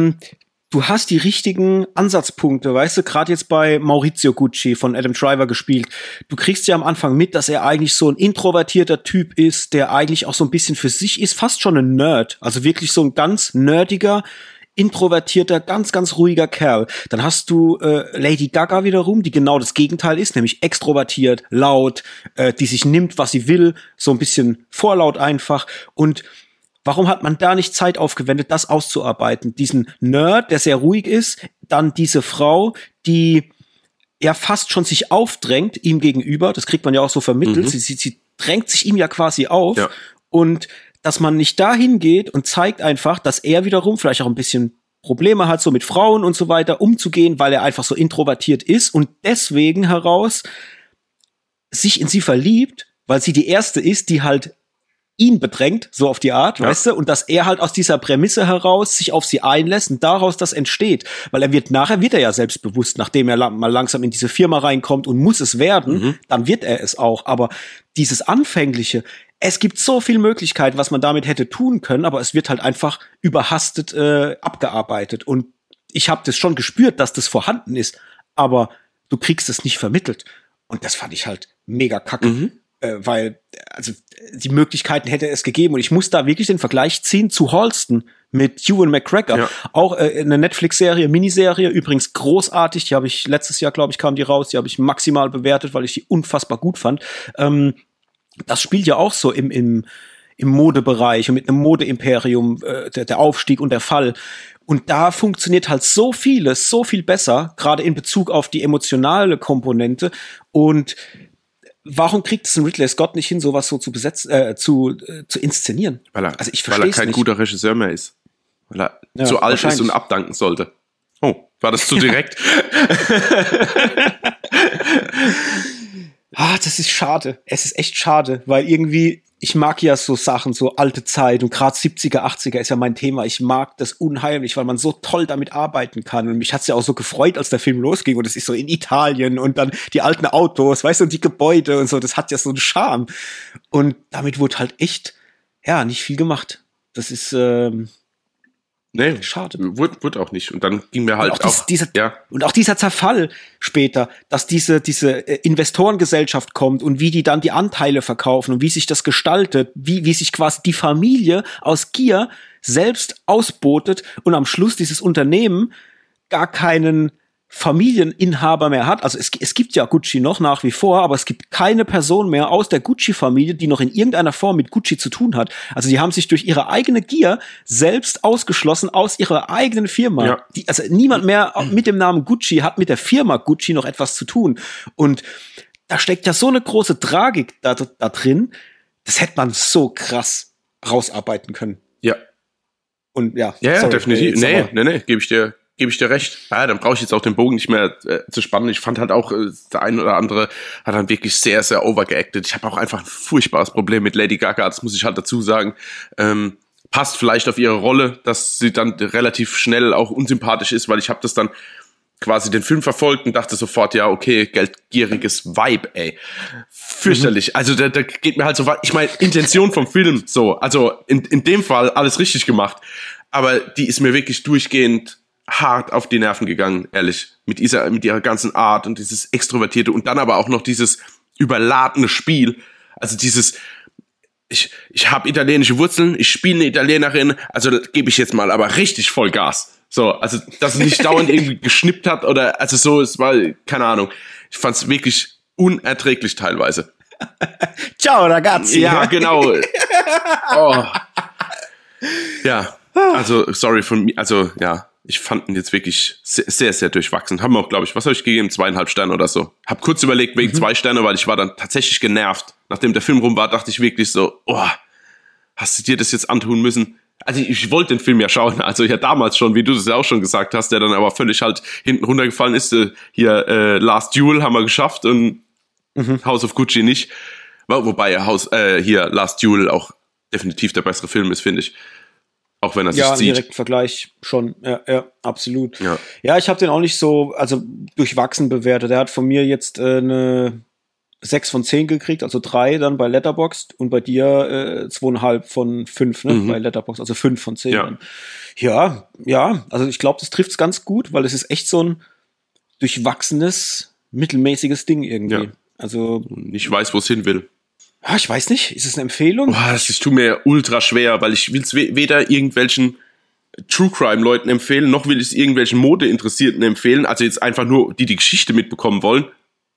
du hast die richtigen Ansatzpunkte, weißt du, gerade jetzt bei Maurizio Gucci von Adam Driver gespielt. Du kriegst ja am Anfang mit, dass er eigentlich so ein introvertierter Typ ist, der eigentlich auch so ein bisschen für sich ist, fast schon ein Nerd. Also wirklich so ein ganz nerdiger, introvertierter, ganz, ganz ruhiger Kerl. Dann hast du Lady Gaga wiederum, die genau das Gegenteil ist, nämlich extrovertiert, laut, die sich nimmt, was sie will, so ein bisschen vorlaut einfach. Und warum hat man da nicht Zeit aufgewendet, das auszuarbeiten? Diesen Nerd, der sehr ruhig ist, dann diese Frau, die ja fast schon sich aufdrängt ihm gegenüber, das kriegt man ja auch so vermittelt, sie drängt sich ihm ja quasi auf und dass man nicht dahin geht und zeigt einfach, dass er wiederum vielleicht auch ein bisschen Probleme hat, so mit Frauen und so weiter umzugehen, weil er einfach so introvertiert ist und deswegen heraus sich in sie verliebt, weil sie die erste ist, die halt ihn bedrängt, so auf die Art, weißt du, und dass er halt aus dieser Prämisse heraus sich auf sie einlässt und daraus das entsteht, weil nachher wird er ja selbstbewusst, nachdem er mal langsam in diese Firma reinkommt und muss es werden, dann wird er es auch, aber dieses Anfängliche, es gibt so viel Möglichkeiten, was man damit hätte tun können, aber es wird halt einfach überhastet abgearbeitet und ich habe das schon gespürt, dass das vorhanden ist, aber du kriegst es nicht vermittelt und das fand ich halt mega kacke. Weil, also, die Möglichkeiten hätte es gegeben. Und ich muss da wirklich den Vergleich ziehen zu Halston mit Ewan McGregor. Ja. Auch eine Netflix-Serie, Miniserie, übrigens großartig. Die habe ich letztes Jahr, glaube ich, kam die raus. Die habe ich maximal bewertet, weil ich die unfassbar gut fand. Das spielt ja auch so im Modebereich und mit einem Modeimperium, der Aufstieg und der Fall. Und da funktioniert halt so vieles, so viel besser, gerade in Bezug auf die emotionale Komponente. Und warum kriegt es ein Ridley Scott nicht hin, sowas so zu besetzen, zu inszenieren? Also ich verstehe es nicht. Weil er kein guter Regisseur mehr ist. Weil er zu alt ist und abdanken sollte. Oh, war das zu direkt? Das ist schade. Es ist echt schade, weil irgendwie, ich mag ja so Sachen, so alte Zeit und gerade 70er, 80er ist ja mein Thema. Ich mag das unheimlich, weil man so toll damit arbeiten kann. Und mich hat's ja auch so gefreut, als der Film losging und es ist so in Italien und dann die alten Autos, weißt du, und die Gebäude und so. Das hat ja so einen Charme. Und damit wurde halt echt, nicht viel gemacht. Das ist, nee, schade. Wurde auch nicht. Und dann ging mir halt und auch dieser Zerfall später, dass diese Investorengesellschaft kommt und wie die dann die Anteile verkaufen und wie sich das gestaltet, wie sich quasi die Familie aus Gier selbst ausbotet und am Schluss dieses Unternehmen gar keinen Familieninhaber mehr hat. Also es gibt ja Gucci noch nach wie vor, aber es gibt keine Person mehr aus der Gucci-Familie, die noch in irgendeiner Form mit Gucci zu tun hat. Also die haben sich durch ihre eigene Gier selbst ausgeschlossen aus ihrer eigenen Firma. Ja. Also niemand mehr mit dem Namen Gucci hat mit der Firma Gucci noch etwas zu tun. Und da steckt ja so eine große Tragik da drin, das hätte man so krass rausarbeiten können. Ja. Und ja, definitiv. Nee, gebe ich dir recht. Dann brauche ich jetzt auch den Bogen nicht mehr zu spannen. Ich fand halt auch, der ein oder andere hat dann wirklich sehr, sehr overgeacted. Ich habe auch einfach ein furchtbares Problem mit Lady Gaga, das muss ich halt dazu sagen. Passt vielleicht auf ihre Rolle, dass sie dann relativ schnell auch unsympathisch ist, weil ich habe das dann quasi den Film verfolgt und dachte sofort, ja, okay, geldgieriges Vibe, ey. Fürchterlich. Also da geht mir halt so, ich meine, Intention vom Film so, also in dem Fall alles richtig gemacht, aber die ist mir wirklich durchgehend hart auf die Nerven gegangen, ehrlich. Mit ihrer ganzen Art und dieses Extrovertierte und dann aber auch noch dieses überladene Spiel. Also dieses, ich habe italienische Wurzeln, ich spiele eine Italienerin, also gebe ich jetzt mal aber richtig voll Gas. So, also dass es nicht dauernd irgendwie geschnippt hat oder, also so, es war, keine Ahnung. Ich fand es wirklich unerträglich teilweise. Ciao, ragazzi. Ja, genau. Oh. Ja, also sorry von mir, also ja. Ich fand ihn jetzt wirklich sehr, sehr, sehr durchwachsen. Haben wir auch, glaube ich, was habe ich gegeben? 2,5 Sterne oder so. Hab kurz überlegt wegen 2 Sterne, weil ich war dann tatsächlich genervt. Nachdem der Film rum war, dachte ich wirklich so, hast du dir das jetzt antun müssen? Also ich wollte den Film ja schauen, also ja damals schon, wie du das ja auch schon gesagt hast, der dann aber völlig halt hinten runtergefallen ist. Hier Last Duel haben wir geschafft und House of Gucci nicht. Wobei hier Last Duel auch definitiv der bessere Film ist, finde ich. Auch wenn er sich sieht. Ja, im direkten Vergleich schon. Ja, absolut. Ja, ich habe den auch nicht so, also durchwachsen bewertet. Er hat von mir jetzt eine 6 von 10 gekriegt, also 3 dann bei Letterboxd und bei dir 2,5 von 5, ne, bei Letterboxd, also 5 von 10. Ja, also ich glaube, das trifft's ganz gut, weil es ist echt so ein durchwachsenes, mittelmäßiges Ding irgendwie. Ja. Also ich weiß, wo es hin will. Ich weiß nicht, ist es eine Empfehlung? Das tut mir ultra schwer, weil ich will es weder irgendwelchen True-Crime-Leuten empfehlen, noch will ich es irgendwelchen Modeinteressierten empfehlen, also jetzt einfach nur, die Geschichte mitbekommen wollen,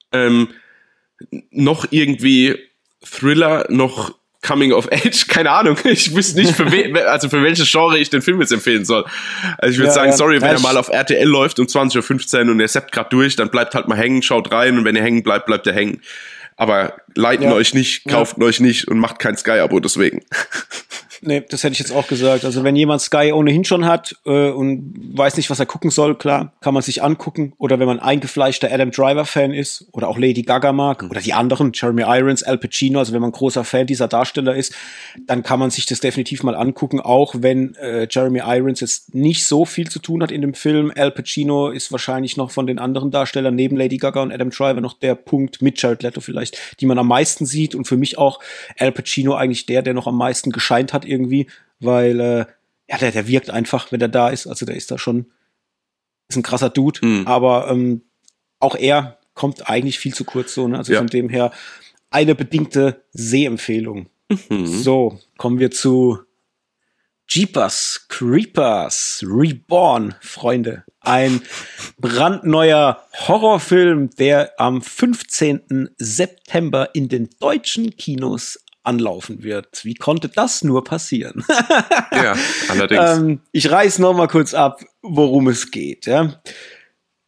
noch irgendwie Thriller, noch Coming of Age, keine Ahnung, ich wüsste nicht, für welches Genre ich den Film jetzt empfehlen soll. Also ich würde sagen, sorry, wenn er mal auf RTL läuft um 20.15 Uhr und ihr zappt gerade durch, dann bleibt halt mal hängen, schaut rein und wenn ihr hängen bleibt, bleibt ihr hängen. Aber leiten euch nicht, kauft euch nicht und macht kein Sky-Abo deswegen. Nee, das hätte ich jetzt auch gesagt. Also wenn jemand Sky ohnehin schon hat und weiß nicht, was er gucken soll, klar, kann man sich angucken. Oder wenn man eingefleischter Adam Driver-Fan ist oder auch Lady Gaga mag oder die anderen, Jeremy Irons, Al Pacino, also wenn man großer Fan dieser Darsteller ist, dann kann man sich das definitiv mal angucken, auch wenn Jeremy Irons jetzt nicht so viel zu tun hat in dem Film. Al Pacino ist wahrscheinlich noch von den anderen Darstellern neben Lady Gaga und Adam Driver noch der Punkt mit Jared Leto vielleicht, die man am meisten sieht und für mich auch Al Pacino eigentlich der noch am meisten gescheint hat irgendwie, weil der wirkt einfach, wenn er da ist. Also der ist da schon, ist ein krasser Dude, aber auch er kommt eigentlich viel zu kurz so, ne? Also von dem her eine bedingte Sehempfehlung. So, kommen wir zu Jeepers Creepers Reborn, Freunde. Ein brandneuer Horrorfilm, der am 15. September in den deutschen Kinos anlaufen wird. Wie konnte das nur passieren? Ja, allerdings. Ich reiß noch mal kurz ab, worum es geht. Ja.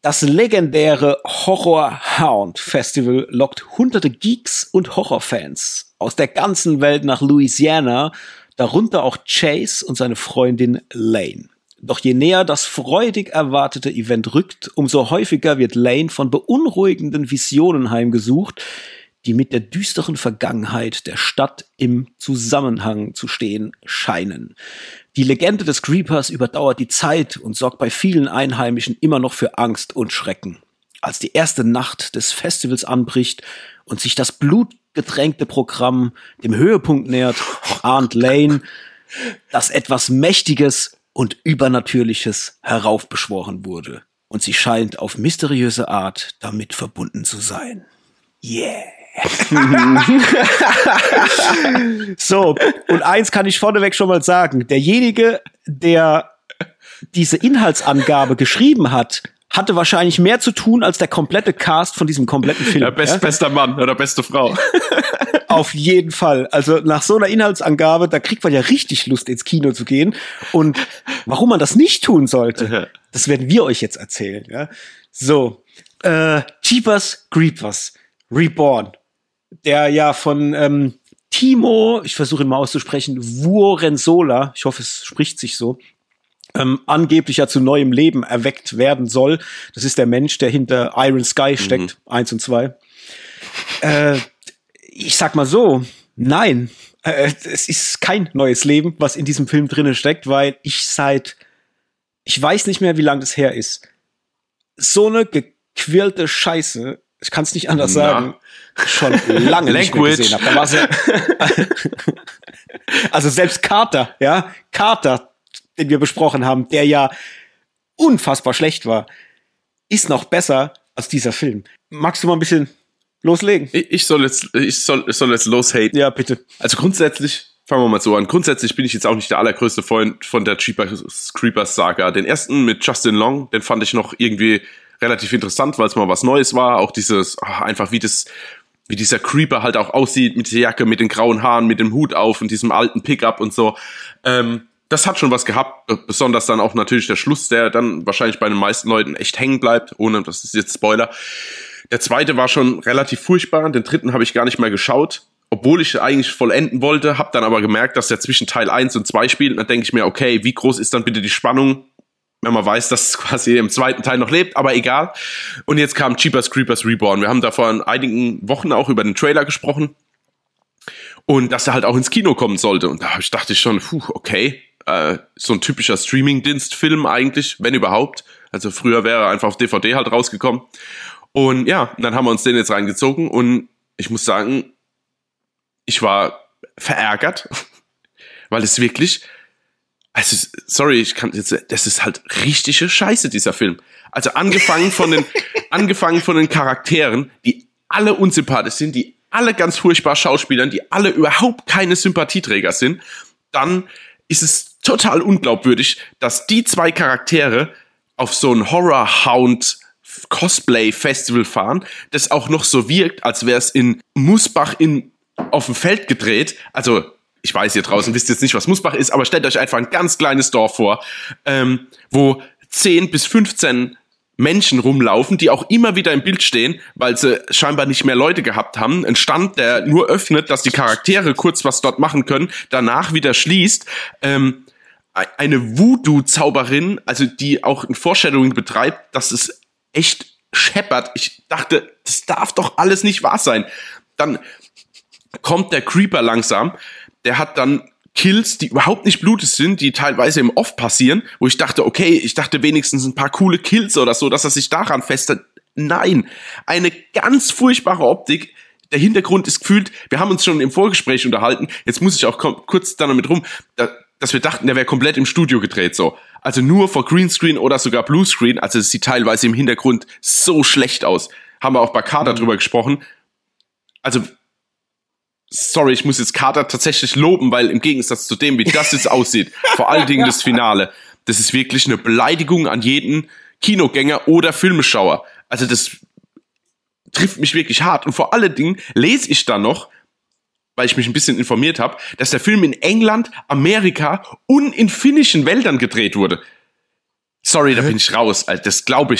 Das legendäre Horror Hound Festival lockt hunderte Geeks und Horrorfans aus der ganzen Welt nach Louisiana, darunter auch Chase und seine Freundin Lane. Doch je näher das freudig erwartete Event rückt, umso häufiger wird Lane von beunruhigenden Visionen heimgesucht, die mit der düsteren Vergangenheit der Stadt im Zusammenhang zu stehen scheinen. Die Legende des Creepers überdauert die Zeit und sorgt bei vielen Einheimischen immer noch für Angst und Schrecken. Als die erste Nacht des Festivals anbricht und sich das blutgetränkte Programm dem Höhepunkt nähert, ahnt Lane, dass etwas Mächtiges und Übernatürliches heraufbeschworen wurde. Und sie scheint auf mysteriöse Art damit verbunden zu sein. Yeah! So, und eins kann ich vorneweg schon mal sagen. Derjenige, der diese Inhaltsangabe geschrieben hat, hatte wahrscheinlich mehr zu tun als der komplette Cast von diesem kompletten Film. Ja, bester Mann oder beste Frau. Auf jeden Fall. Also nach so einer Inhaltsangabe, da kriegt man ja richtig Lust, ins Kino zu gehen. Und warum man das nicht tun sollte, das werden wir euch jetzt erzählen. Ja? So, Jeepers Creepers Reborn, der ja von Timo, ich versuche ihn mal auszusprechen, Vuorensola, ich hoffe, es spricht sich so, angeblich ja zu neuem Leben erweckt werden soll. Das ist der Mensch, der hinter Iron Sky steckt, 1 und 2. Ich sag mal so, nein, es ist kein neues Leben, was in diesem Film drinnen steckt, weil ich weiß nicht mehr, wie lange das her ist, so eine gequirlte Scheiße, ich kann es nicht anders sagen, schon lange nicht mehr gesehen habe. Da war's ja also selbst Carter, den wir besprochen haben, der ja unfassbar schlecht war, ist noch besser als dieser Film. Magst du mal ein bisschen loslegen? Ich soll jetzt loshaten. Ja, bitte. Also grundsätzlich, fangen wir mal so an. Grundsätzlich bin ich jetzt auch nicht der allergrößte Freund von der Creepers Saga. Den ersten mit Justin Long, den fand ich noch irgendwie relativ interessant, weil es mal was Neues war. Auch dieses, einfach wie dieser Creeper halt auch aussieht, mit der Jacke, mit den grauen Haaren, mit dem Hut auf und diesem alten Pickup und so. Das hat schon was gehabt, besonders dann auch natürlich der Schluss, der dann wahrscheinlich bei den meisten Leuten echt hängen bleibt, ohne, das ist jetzt Spoiler. Der zweite war schon relativ furchtbar, den dritten habe ich gar nicht mehr geschaut, obwohl ich eigentlich vollenden wollte, habe dann aber gemerkt, dass der zwischen Teil 1 und 2 spielt, und dann denke ich mir, okay, wie groß ist dann bitte die Spannung, wenn man weiß, dass es quasi im zweiten Teil noch lebt, aber egal. Und jetzt kam Jeepers Creepers Reborn. Wir haben da vor einigen Wochen auch über den Trailer gesprochen und dass er halt auch ins Kino kommen sollte. Und da dachte ich schon, okay, so ein typischer Streaming-Dienst-Film eigentlich, wenn überhaupt. Also früher wäre er einfach auf DVD halt rausgekommen. Und ja, dann haben wir uns den jetzt reingezogen und ich muss sagen, ich war verärgert, weil es wirklich, also sorry, das ist halt richtige Scheiße, dieser Film. Also angefangen von den Charakteren, die alle unsympathisch sind, die alle ganz furchtbar schauspielern, die alle überhaupt keine Sympathieträger sind, dann ist es total unglaubwürdig, dass die zwei Charaktere auf so ein Horror-Hound Cosplay-Festival fahren, das auch noch so wirkt, als wäre es in Musbach auf dem Feld gedreht. Also, ich weiß, ihr draußen wisst jetzt nicht, was Musbach ist, aber stellt euch einfach ein ganz kleines Dorf vor, wo 10 bis 15 Menschen rumlaufen, die auch immer wieder im Bild stehen, weil sie scheinbar nicht mehr Leute gehabt haben. Ein Stand, der nur öffnet, dass die Charaktere kurz was dort machen können, danach wieder schließt. Eine Voodoo-Zauberin, also die auch ein Foreshadowing betreibt, dass es echt scheppert. Ich dachte, das darf doch alles nicht wahr sein. Dann kommt der Creeper langsam, der hat dann Kills, die überhaupt nicht blutig sind, die teilweise im Off passieren, wo ich dachte, okay, ich dachte wenigstens ein paar coole Kills oder so, dass er sich daran festhält. Nein, eine ganz furchtbare Optik. Der Hintergrund ist gefühlt, wir haben uns schon im Vorgespräch unterhalten, jetzt muss ich auch kurz da damit rum, dass wir dachten, der wäre komplett im Studio gedreht, so. Also nur vor Greenscreen oder sogar Bluescreen, also es sieht teilweise im Hintergrund so schlecht aus. Haben wir auch bei Carter drüber gesprochen. Also, sorry, ich muss jetzt Carter tatsächlich loben, weil im Gegensatz zu dem, wie das jetzt aussieht, vor allen Dingen das Finale, das ist wirklich eine Beleidigung an jeden Kinogänger oder Filmeschauer. Also das trifft mich wirklich hart. Und vor allen Dingen lese ich dann noch, weil ich mich ein bisschen informiert habe, dass der Film in England, Amerika und in finnischen Wäldern gedreht wurde. Sorry, da bin ich raus, Alter, das glaube ich nicht.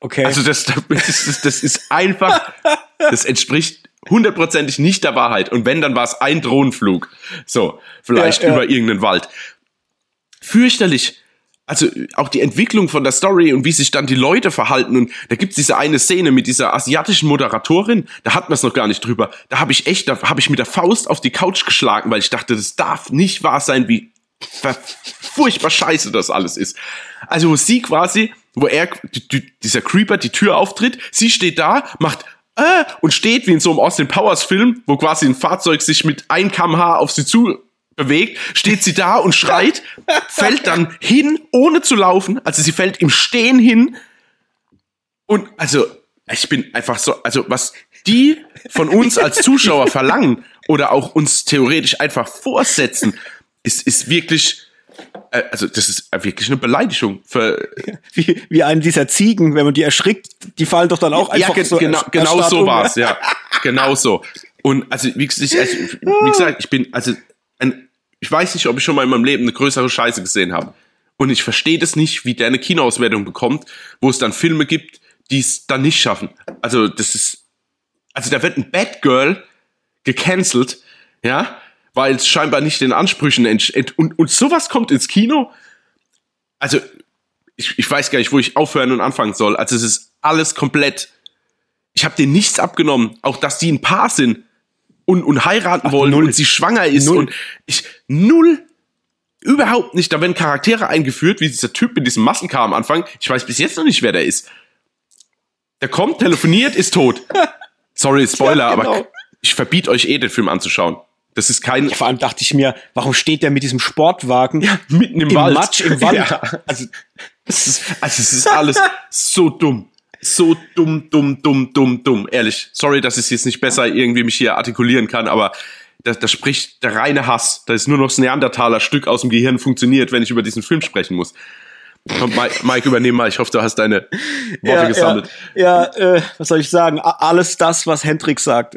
Okay. Also das ist einfach, das entspricht hundertprozentig nicht der Wahrheit. Und wenn, dann war es ein Drohnenflug. So, vielleicht über irgendeinen Wald. Fürchterlich. Also auch die Entwicklung von der Story und wie sich dann die Leute verhalten. Und da gibt's diese eine Szene mit dieser asiatischen Moderatorin, da hatten wir es noch gar nicht drüber. Da habe ich mit der Faust auf die Couch geschlagen, weil ich dachte, das darf nicht wahr sein, wie furchtbar scheiße das alles ist. Also wo sie quasi, dieser Creeper die Tür auftritt, sie steht da, macht und steht wie in so einem Austin Powers Film, wo quasi ein Fahrzeug sich mit 1 km/h auf sie zu bewegt, steht sie da und schreit, fällt dann hin, ohne zu laufen, also sie fällt im Stehen hin und also ich bin einfach so, also was die von uns als Zuschauer verlangen oder auch uns theoretisch einfach vorsetzen, ist wirklich, also das ist wirklich eine Beleidigung. Wie einen dieser Ziegen, wenn man die erschrickt, die fallen doch dann auch einfach so. Genau so war's, ja, genau so. Und also wie gesagt, ich weiß nicht, ob ich schon mal in meinem Leben eine größere Scheiße gesehen habe. Und ich verstehe das nicht, wie der eine Kinoauswertung bekommt, wo es dann Filme gibt, die es dann nicht schaffen. Also da wird ein Batgirl gecancelt, ja, weil es scheinbar nicht den Ansprüchen und sowas kommt ins Kino. Also ich weiß gar nicht, wo ich aufhören und anfangen soll. Also es ist alles komplett. Ich habe denen nichts abgenommen, auch dass die ein Paar sind. Und heiraten wollen null. Und sie schwanger ist Null. und überhaupt nicht. Da werden Charaktere eingeführt, wie dieser Typ mit diesem Maskencar am Anfang. Ich weiß bis jetzt noch nicht, wer der ist. Der kommt, telefoniert, ist tot. Sorry, Spoiler, ja, genau. Aber ich verbiete euch den Film anzuschauen. Das ist kein... Ja, vor allem dachte ich mir, warum steht der mit diesem Sportwagen mitten im Wald? Matsch im Wald. Ja. Also es ist alles so dumm. So dumm, ehrlich. Sorry, dass ich jetzt nicht besser irgendwie mich hier artikulieren kann, aber da spricht der reine Hass. Da ist nur noch das Neandertaler-Stück aus dem Gehirn funktioniert, wenn ich über diesen Film sprechen muss. Komm, Mike, übernehm mal. Ich hoffe, du hast deine Worte gesammelt. Ja, was soll ich sagen? Alles das, was Hendrik sagt.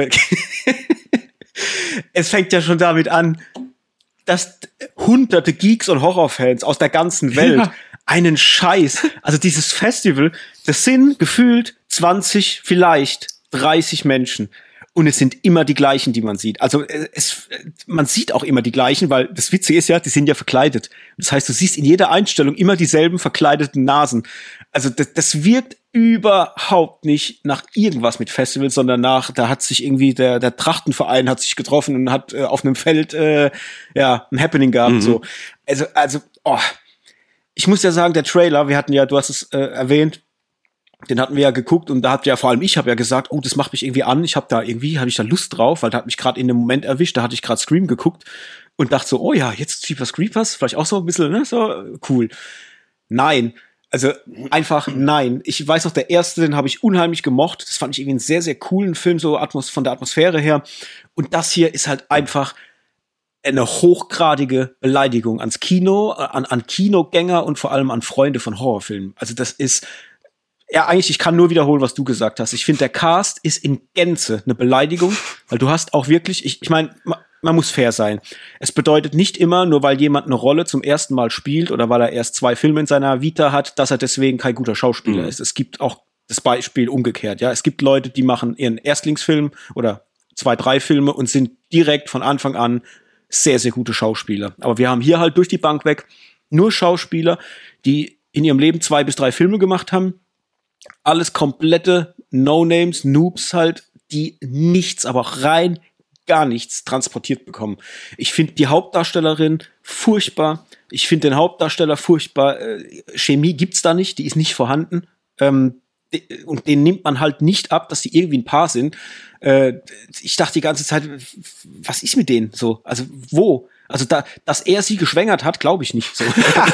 Es fängt ja schon damit an, dass hunderte Geeks und Horrorfans aus der ganzen Welt einen Scheiß, also dieses Festival, das sind gefühlt 20, vielleicht 30 Menschen. Und es sind immer die gleichen, die man sieht. Also man sieht auch immer die gleichen, weil das Witzige ist ja, die sind ja verkleidet. Das heißt, du siehst in jeder Einstellung immer dieselben verkleideten Nasen. Also das wirkt überhaupt nicht nach irgendwas mit Festival, sondern da hat sich irgendwie der Trachtenverein hat sich getroffen und hat auf einem Feld ein Happening gehabt. So. Also ich muss ja sagen, der Trailer, du hast es erwähnt, den hatten wir ja geguckt und da vor allem ich habe ja gesagt, oh, das macht mich irgendwie an, habe ich da Lust drauf, weil da hat mich gerade in dem Moment erwischt, da hatte ich gerade Scream geguckt und dachte so, oh ja, jetzt Jeepers Creepers, vielleicht auch so ein bisschen, ne, so cool. Nein, also einfach nein. Ich weiß noch, der erste, den habe ich unheimlich gemocht, das fand ich irgendwie einen sehr, sehr coolen Film, so von der Atmosphäre her und das hier ist halt einfach eine hochgradige Beleidigung ans Kino, an Kinogänger und vor allem an Freunde von Horrorfilmen. Also das ist, ja eigentlich, ich kann nur wiederholen, was du gesagt hast. Ich finde, der Cast ist in Gänze eine Beleidigung, weil du hast auch wirklich, ich meine, man muss fair sein. Es bedeutet nicht immer, nur weil jemand eine Rolle zum ersten Mal spielt oder weil er erst 2 Filme in seiner Vita hat, dass er deswegen kein guter Schauspieler ist. Es gibt auch das Beispiel umgekehrt, ja. Es gibt Leute, die machen ihren Erstlingsfilm oder 2, 3 Filme und sind direkt von Anfang an sehr, sehr gute Schauspieler. Aber wir haben hier halt durch die Bank weg nur Schauspieler, die in ihrem Leben 2 bis 3 Filme gemacht haben. Alles komplette No-Names, Noobs halt, die nichts, aber auch rein gar nichts transportiert bekommen. Ich finde die Hauptdarstellerin furchtbar. Ich finde den Hauptdarsteller furchtbar. Chemie gibt's da nicht, die ist nicht vorhanden. Und denen nimmt man halt nicht ab, dass sie irgendwie ein Paar sind. Ich dachte die ganze Zeit, was ist mit denen so? Also wo? Also dass er sie geschwängert hat, glaube ich nicht. So.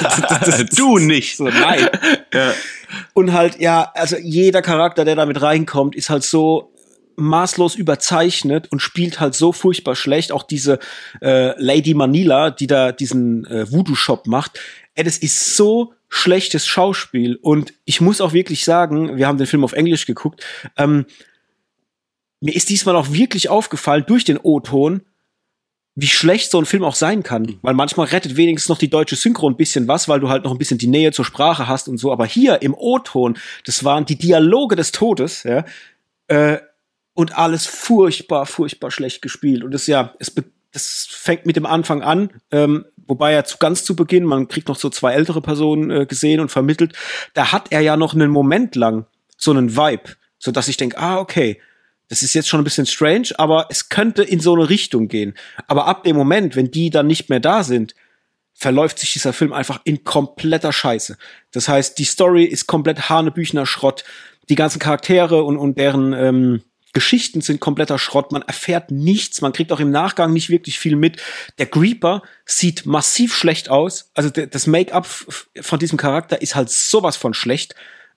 Du nicht. So, nein. Ja. Und halt, ja, also jeder Charakter, der da mit reinkommt, ist halt so maßlos überzeichnet und spielt halt so furchtbar schlecht. Auch diese Lady Manila, die da diesen Voodoo-Shop macht. Das ist so schlechtes Schauspiel. Und ich muss auch wirklich sagen, wir haben den Film auf Englisch geguckt, mir ist diesmal auch wirklich aufgefallen, durch den O-Ton, wie schlecht so ein Film auch sein kann. Weil manchmal rettet wenigstens noch die deutsche Synchro ein bisschen was, weil du halt noch ein bisschen die Nähe zur Sprache hast und so. Aber hier im O-Ton, das waren die Dialoge des Todes, ja, und alles furchtbar, furchtbar schlecht gespielt. Und das fängt mit dem Anfang an, wobei er ganz zu Beginn, man kriegt noch so 2 ältere Personen gesehen und vermittelt, da hat er ja noch einen Moment lang so einen Vibe, so dass ich denke, okay, das ist jetzt schon ein bisschen strange, aber es könnte in so eine Richtung gehen. Aber ab dem Moment, wenn die dann nicht mehr da sind, verläuft sich dieser Film einfach in kompletter Scheiße. Das heißt, die Story ist komplett hanebüchener Schrott, die ganzen Charaktere und deren Geschichten sind kompletter Schrott, man erfährt nichts, man kriegt auch im Nachgang nicht wirklich viel mit. Der Creeper sieht massiv schlecht aus, also das Make-up von diesem Charakter ist halt sowas von schlecht,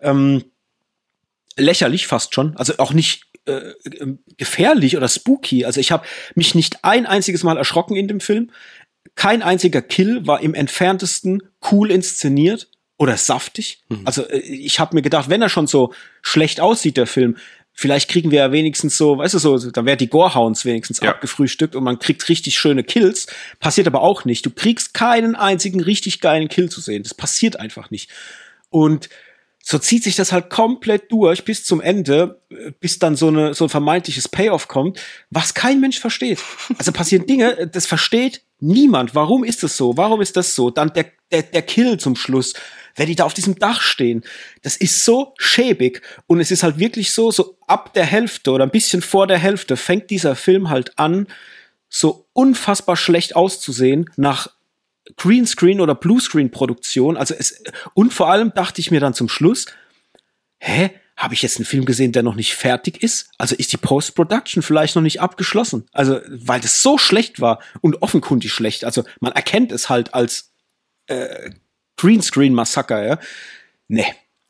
lächerlich fast schon, also auch nicht gefährlich oder spooky, also ich habe mich nicht ein einziges Mal erschrocken in dem Film, kein einziger Kill war im entferntesten cool inszeniert oder saftig, also ich habe mir gedacht, wenn er schon so schlecht aussieht, der Film, vielleicht kriegen wir ja wenigstens so, weißt du, so, dann wäre die Gorehounds wenigstens abgefrühstückt und man kriegt richtig schöne Kills. Passiert aber auch nicht. Du kriegst keinen einzigen richtig geilen Kill zu sehen. Das passiert einfach nicht. Und so zieht sich das halt komplett durch bis zum Ende, bis dann so ein vermeintliches Payoff kommt, was kein Mensch versteht. Also passieren Dinge, das versteht niemand. Warum ist das so? Warum ist das so? Dann der Kill zum Schluss. Wenn die da auf diesem Dach stehen, das ist so schäbig und es ist halt wirklich so ab der Hälfte oder ein bisschen vor der Hälfte fängt dieser Film halt an, so unfassbar schlecht auszusehen nach Greenscreen oder Bluescreen-Produktion. Und vor allem dachte ich mir dann zum Schluss, habe ich jetzt einen Film gesehen, der noch nicht fertig ist? Also ist die Post-Production vielleicht noch nicht abgeschlossen? Also, weil das so schlecht war und offenkundig schlecht. Also man erkennt es halt als Greenscreen-Massaker, ja. Nee.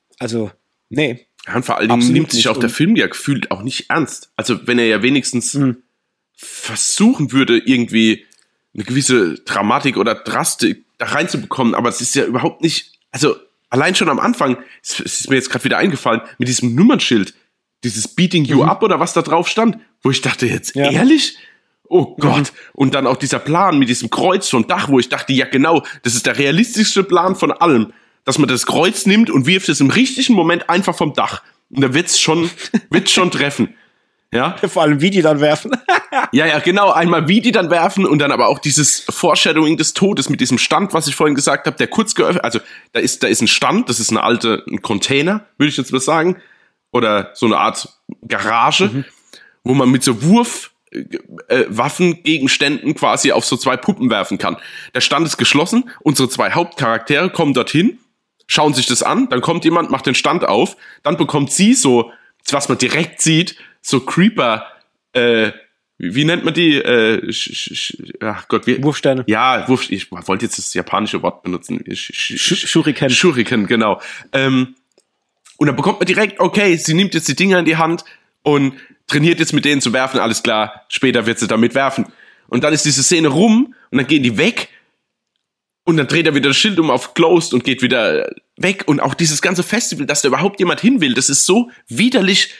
Ja, und vor allen Dingen nimmt sich auch der Film ja gefühlt auch nicht ernst. Also wenn er ja wenigstens versuchen würde, irgendwie eine gewisse Dramatik oder Drastik da reinzubekommen, aber es ist ja überhaupt nicht, also allein schon am Anfang, es ist mir jetzt gerade wieder eingefallen, mit diesem Nummernschild, dieses Beating You Up oder was da drauf stand, wo ich dachte, jetzt ehrlich? Oh Gott. Und dann auch dieser Plan mit diesem Kreuz vom Dach, wo ich dachte, ja genau, das ist der realistischste Plan von allem, dass man das Kreuz nimmt und wirft es im richtigen Moment einfach vom Dach. Und da wird's schon treffen. Ja? Vor allem, wie die dann werfen. Ja, genau. Einmal wie die dann werfen und dann aber auch dieses Foreshadowing des Todes mit diesem Stand, was ich vorhin gesagt habe, der kurz geöffnet, also da ist ein Stand, das ist ein Container, würde ich jetzt mal sagen, oder so eine Art Garage, wo man mit so Waffengegenständen quasi auf so 2 Puppen werfen kann. Der Stand ist geschlossen, unsere 2 Hauptcharaktere kommen dorthin, schauen sich das an, dann kommt jemand, macht den Stand auf, dann bekommt sie so, was man direkt sieht, so Creeper, wie nennt man die? Ach Gott, Wurfsterne. Ja, ich wollte jetzt das japanische Wort benutzen. Shuriken. Shuriken, genau. Und dann bekommt man direkt, okay, sie nimmt jetzt die Dinger in die Hand und trainiert jetzt mit denen zu werfen, alles klar, später wird sie damit werfen. Und dann ist diese Szene rum und dann gehen die weg und dann dreht er wieder das Schild um auf Closed und geht wieder weg. Und auch dieses ganze Festival, dass da überhaupt jemand hin will, das ist so widerlich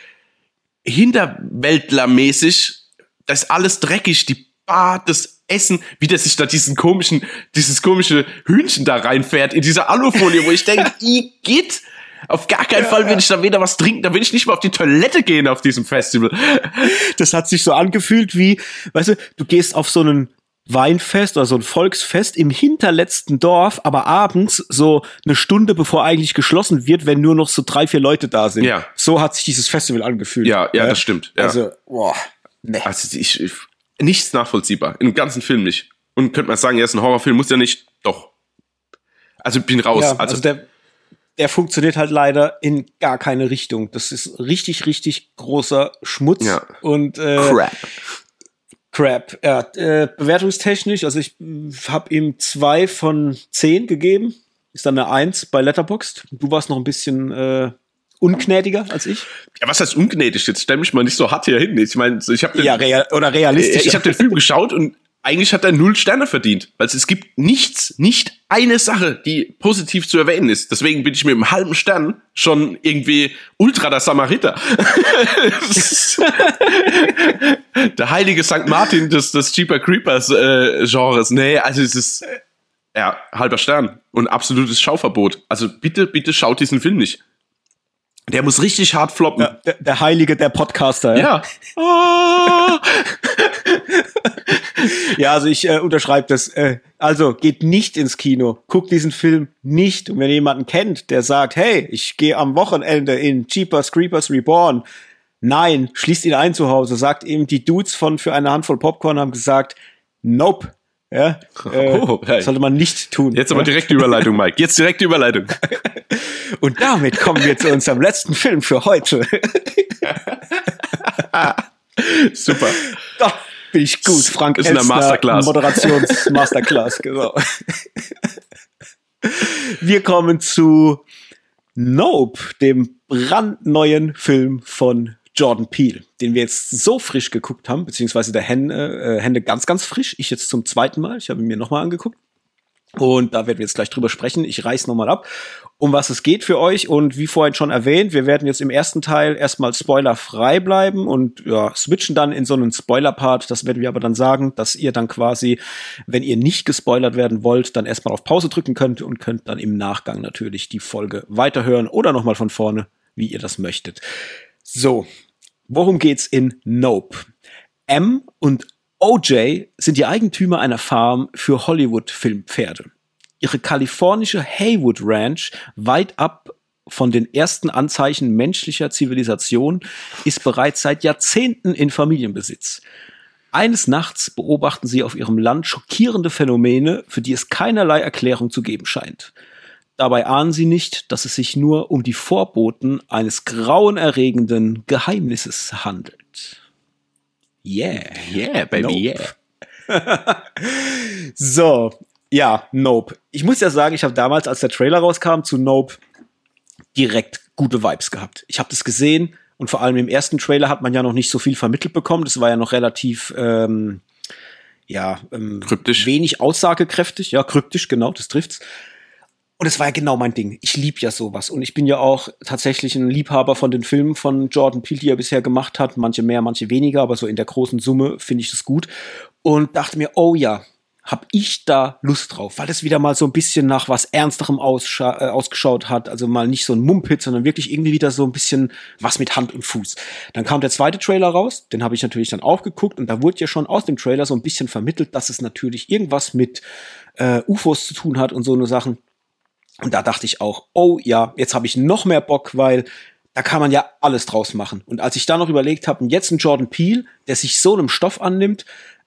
hinterwäldlermäßig, das ist alles dreckig, die Bar, das Essen, wie der sich da dieses komische Hühnchen da reinfährt in diese Alufolie, wo ich denke, geht. Auf gar keinen Fall will ich da weder was trinken, da will ich nicht mal auf die Toilette gehen auf diesem Festival. Das hat sich so angefühlt wie, weißt du gehst auf so einen Weinfest oder so ein Volksfest im hinterletzten Dorf, aber abends so eine Stunde bevor eigentlich geschlossen wird, wenn nur noch so 3, 4 Leute da sind. Ja. So hat sich dieses Festival angefühlt. Ja, das stimmt. Ja. Also, nee. Also nichts nachvollziehbar. Im ganzen Film nicht. Und könnte man sagen, er ist ein Horrorfilm, muss ja nicht. Doch. Also ich bin raus. Ja, also der funktioniert halt leider in gar keine Richtung. Das ist richtig, richtig großer Schmutz. Ja. Und Crap, ja. Bewertungstechnisch, also ich habe ihm 2 von 10 gegeben. Ist dann eine 1 bei Letterboxd. Du warst noch ein bisschen ungnädiger als ich. Ja, was heißt ungnädig? Jetzt stell mich mal nicht so hart hier hin. Ich meine, ich habe realistisch. Ich habe den Film geschaut und eigentlich hat er 0 Sterne verdient, weil es gibt nicht eine Sache, die positiv zu erwähnen ist. Deswegen bin ich mit einem halben Stern schon irgendwie ultra der Samariter. Der heilige St. Martin des Jeepers Creepers Genres. Nee, also es ist halber Stern und absolutes Schauverbot. Also bitte schaut diesen Film nicht. Der muss richtig hart floppen. Ja, der Heilige der Podcaster. Ja. Ja, also ich unterschreibe das. Also geht nicht ins Kino. Guckt diesen Film nicht. Und wenn ihr jemanden kennt, der sagt, hey, ich gehe am Wochenende in Jeepers Creepers Reborn. Nein, schließt ihn ein zu Hause. Sagt ihm, die Dudes von Für eine Handvoll Popcorn haben gesagt, nope. Ja, sollte man nicht tun. Jetzt aber direkte Überleitung, Mike. Jetzt direkte Überleitung. Und damit kommen wir zu unserem letzten Film für heute. Super. Doch, bin ich gut. Frank ist eine Masterclass. Moderations-Masterclass, genau. Wir kommen zu Nope, dem brandneuen Film von Jordan Peele, den wir jetzt so frisch geguckt haben, beziehungsweise der Hände ganz, ganz frisch. Ich jetzt zum 2. Mal. Ich habe ihn mir nochmal angeguckt. Und da werden wir jetzt gleich drüber sprechen. Ich reiß nochmal ab, um was es geht für euch. Und wie vorhin schon erwähnt, wir werden jetzt im ersten Teil erstmal spoilerfrei bleiben und switchen dann in so einen Spoiler-Part. Das werden wir aber dann sagen, dass ihr dann quasi, wenn ihr nicht gespoilert werden wollt, dann erstmal auf Pause drücken könnt und könnt dann im Nachgang natürlich die Folge weiterhören oder nochmal von vorne, wie ihr das möchtet. So, worum geht's in Nope? M und OJ sind die Eigentümer einer Farm für Hollywood-Filmpferde. Ihre kalifornische Haywood Ranch, weit ab von den ersten Anzeichen menschlicher Zivilisation, ist bereits seit Jahrzehnten in Familienbesitz. Eines Nachts beobachten sie auf ihrem Land schockierende Phänomene, für die es keinerlei Erklärung zu geben scheint. Dabei ahnen sie nicht, dass es sich nur um die Vorboten eines grauenerregenden Geheimnisses handelt. Yeah, baby, nope. Yeah. So, ja, Nope. Ich muss ja sagen, ich habe damals, als der Trailer rauskam zu Nope, direkt gute Vibes gehabt. Ich habe das gesehen und vor allem im ersten Trailer hat man ja noch nicht so viel vermittelt bekommen. Das war ja noch relativ kryptisch. Wenig aussagekräftig. Ja, kryptisch, genau, das trifft's. Und es war ja genau mein Ding. Ich liebe ja sowas. Und ich bin ja auch tatsächlich ein Liebhaber von den Filmen von Jordan Peele, die er bisher gemacht hat. Manche mehr, manche weniger, aber so in der großen Summe finde ich das gut. Und dachte mir, oh ja, hab ich da Lust drauf. Weil das wieder mal so ein bisschen nach was Ernsterem ausgeschaut hat. Also mal nicht so ein Mumpitz, sondern wirklich irgendwie wieder so ein bisschen was mit Hand und Fuß. Dann kam der zweite Trailer raus. Den habe ich natürlich dann auch geguckt. Und da wurde ja schon aus dem Trailer so ein bisschen vermittelt, dass es natürlich irgendwas mit UFOs zu tun hat und so eine Sachen. Und da dachte ich auch, oh ja, jetzt habe ich noch mehr Bock, weil da kann man ja alles draus machen. Und als ich da noch überlegt habe, jetzt ein Jordan Peele, der sich so einem Stoff annimmt,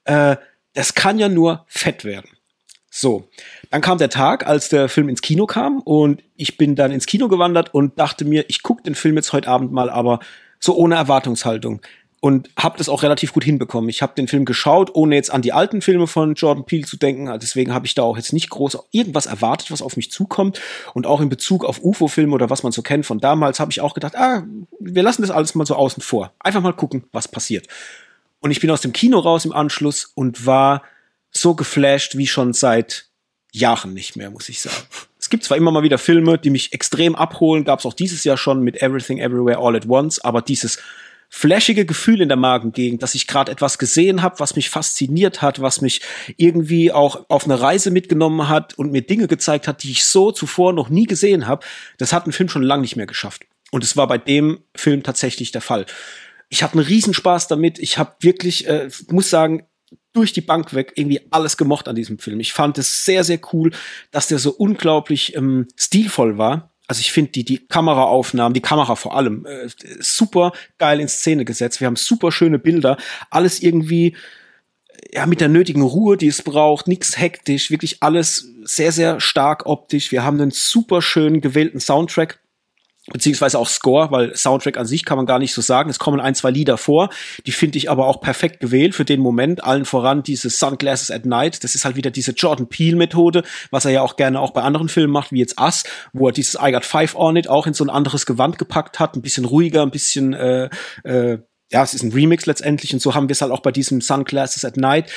das kann ja nur fett werden. So, dann kam der Tag, als der Film ins Kino kam und ich bin dann ins Kino gewandert und dachte mir, ich gucke den Film jetzt heute Abend mal, aber so ohne Erwartungshaltung. Und habe das auch relativ gut hinbekommen. Ich habe den Film geschaut, ohne jetzt an die alten Filme von Jordan Peele zu denken. Deswegen habe ich da auch jetzt nicht groß irgendwas erwartet, was auf mich zukommt. Und auch in Bezug auf UFO-Filme oder was man so kennt von damals, habe ich auch gedacht, wir lassen das alles mal so außen vor. Einfach mal gucken, was passiert. Und ich bin aus dem Kino raus im Anschluss und war so geflasht wie schon seit Jahren nicht mehr, muss ich sagen. Es gibt zwar immer mal wieder Filme, die mich extrem abholen, gab es auch dieses Jahr schon mit Everything Everywhere All at Once, aber dieses flashige Gefühl in der Magengegend, dass ich gerade etwas gesehen habe, was mich fasziniert hat, was mich irgendwie auch auf eine Reise mitgenommen hat und mir Dinge gezeigt hat, die ich so zuvor noch nie gesehen habe, das hat ein Film schon lange nicht mehr geschafft. Und es war bei dem Film tatsächlich der Fall. Ich hatte einen Riesenspaß damit. Ich habe wirklich, muss sagen, durch die Bank weg irgendwie alles gemocht an diesem Film. Ich fand es sehr, sehr cool, dass der so unglaublich stilvoll war. Also ich finde die Kameraaufnahmen, die Kamera vor allem, super geil in Szene gesetzt. Wir haben super schöne Bilder. Alles irgendwie mit der nötigen Ruhe, die es braucht. Nix hektisch. Wirklich alles sehr, sehr stark optisch. Wir haben einen super schön gewählten Soundtrack. Beziehungsweise auch Score, weil Soundtrack an sich kann man gar nicht so sagen. Es kommen 1, 2 Lieder vor, die finde ich aber auch perfekt gewählt für den Moment. Allen voran dieses Sunglasses at Night. Das ist halt wieder diese Jordan Peele-Methode, was er ja auch gerne auch bei anderen Filmen macht, wie jetzt Us, wo er dieses I Got Five on It auch in so ein anderes Gewand gepackt hat. Ein bisschen ruhiger, ein bisschen, es ist ein Remix letztendlich. Und so haben wir es halt auch bei diesem Sunglasses at Night.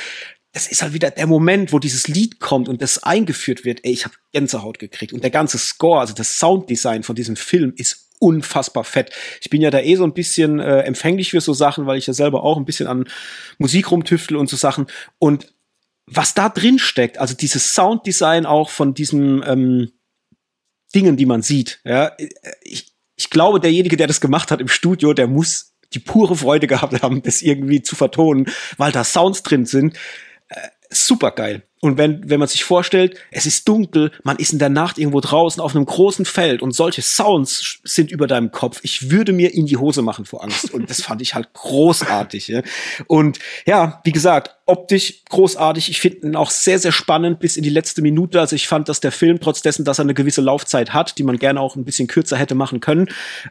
das ist halt wieder der Moment, wo dieses Lied kommt und das eingeführt wird. Ey, ich habe Gänsehaut gekriegt. Und der ganze Score, also das Sounddesign von diesem Film ist unfassbar fett. Ich bin ja da so ein bisschen empfänglich für so Sachen, weil ich ja selber auch ein bisschen an Musik rumtüftel und so Sachen. Und was da drin steckt, also dieses Sounddesign auch von diesen Dingen, die man sieht. Ja, ich glaube, derjenige, der das gemacht hat im Studio, der muss die pure Freude gehabt haben, das irgendwie zu vertonen, weil da Sounds drin sind. Super geil. Und wenn man sich vorstellt, es ist dunkel, man ist in der Nacht irgendwo draußen auf einem großen Feld und solche Sounds sind über deinem Kopf, ich würde mir in die Hose machen vor Angst. Und das fand ich halt großartig. Ja. Und ja, wie gesagt, optisch großartig. Ich finde ihn auch sehr, sehr spannend bis in die letzte Minute. Also ich fand, dass der Film, trotz dessen, dass er eine gewisse Laufzeit hat, die man gerne auch ein bisschen kürzer hätte machen können,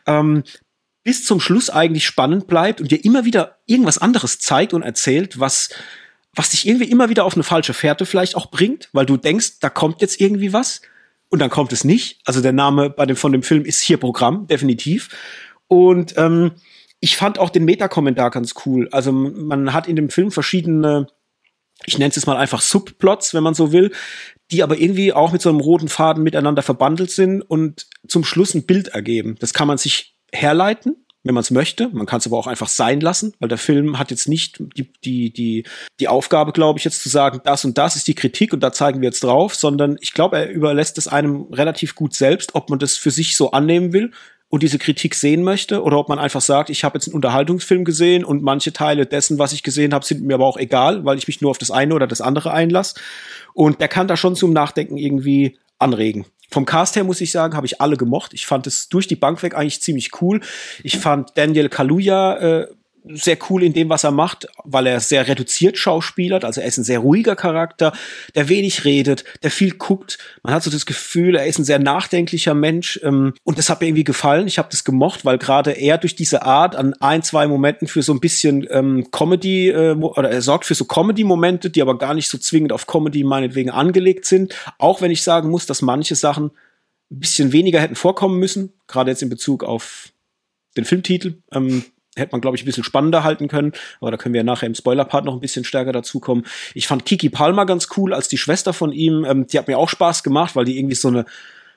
bis zum Schluss eigentlich spannend bleibt und dir immer wieder irgendwas anderes zeigt und erzählt, was dich irgendwie immer wieder auf eine falsche Fährte vielleicht auch bringt, weil du denkst, da kommt jetzt irgendwie was und dann kommt es nicht. Also der Name von dem Film ist hier Programm, definitiv. Und ich fand auch den Meta-Kommentar ganz cool. Also man hat in dem Film verschiedene, ich nenne es jetzt mal einfach Subplots, wenn man so will, die aber irgendwie auch mit so einem roten Faden miteinander verbandelt sind und zum Schluss ein Bild ergeben. Das kann man sich herleiten, wenn man es möchte. Man kann es aber auch einfach sein lassen, weil der Film hat jetzt nicht die Aufgabe, glaube ich, jetzt zu sagen, das und das ist die Kritik und da zeigen wir jetzt drauf, sondern ich glaube, er überlässt es einem relativ gut selbst, ob man das für sich so annehmen will und diese Kritik sehen möchte oder ob man einfach sagt, ich habe jetzt einen Unterhaltungsfilm gesehen und manche Teile dessen, was ich gesehen habe, sind mir aber auch egal, weil ich mich nur auf das eine oder das andere einlasse. Und der kann da schon zum Nachdenken irgendwie anregen. Vom Cast her muss ich sagen, habe ich alle gemocht. Ich fand es durch die Bank weg eigentlich ziemlich cool. Ich fand Daniel Kaluuya sehr cool in dem, was er macht, weil er sehr reduziert schauspielert. Also er ist ein sehr ruhiger Charakter, der wenig redet, der viel guckt. Man hat so das Gefühl, er ist ein sehr nachdenklicher Mensch. Und das hat mir irgendwie gefallen. Ich habe das gemocht, weil gerade er durch diese Art an ein, zwei Momenten für so ein bisschen Comedy oder er sorgt für so Comedy-Momente, die aber gar nicht so zwingend auf Comedy meinetwegen angelegt sind. Auch wenn ich sagen muss, dass manche Sachen ein bisschen weniger hätten vorkommen müssen. Gerade jetzt in Bezug auf den Filmtitel. Hätte man, glaube ich, ein bisschen spannender halten können. Aber da können wir ja nachher im Spoiler-Part noch ein bisschen stärker dazukommen. Ich fand Keke Palmer ganz cool als die Schwester von ihm. Die hat mir auch Spaß gemacht, weil die irgendwie so eine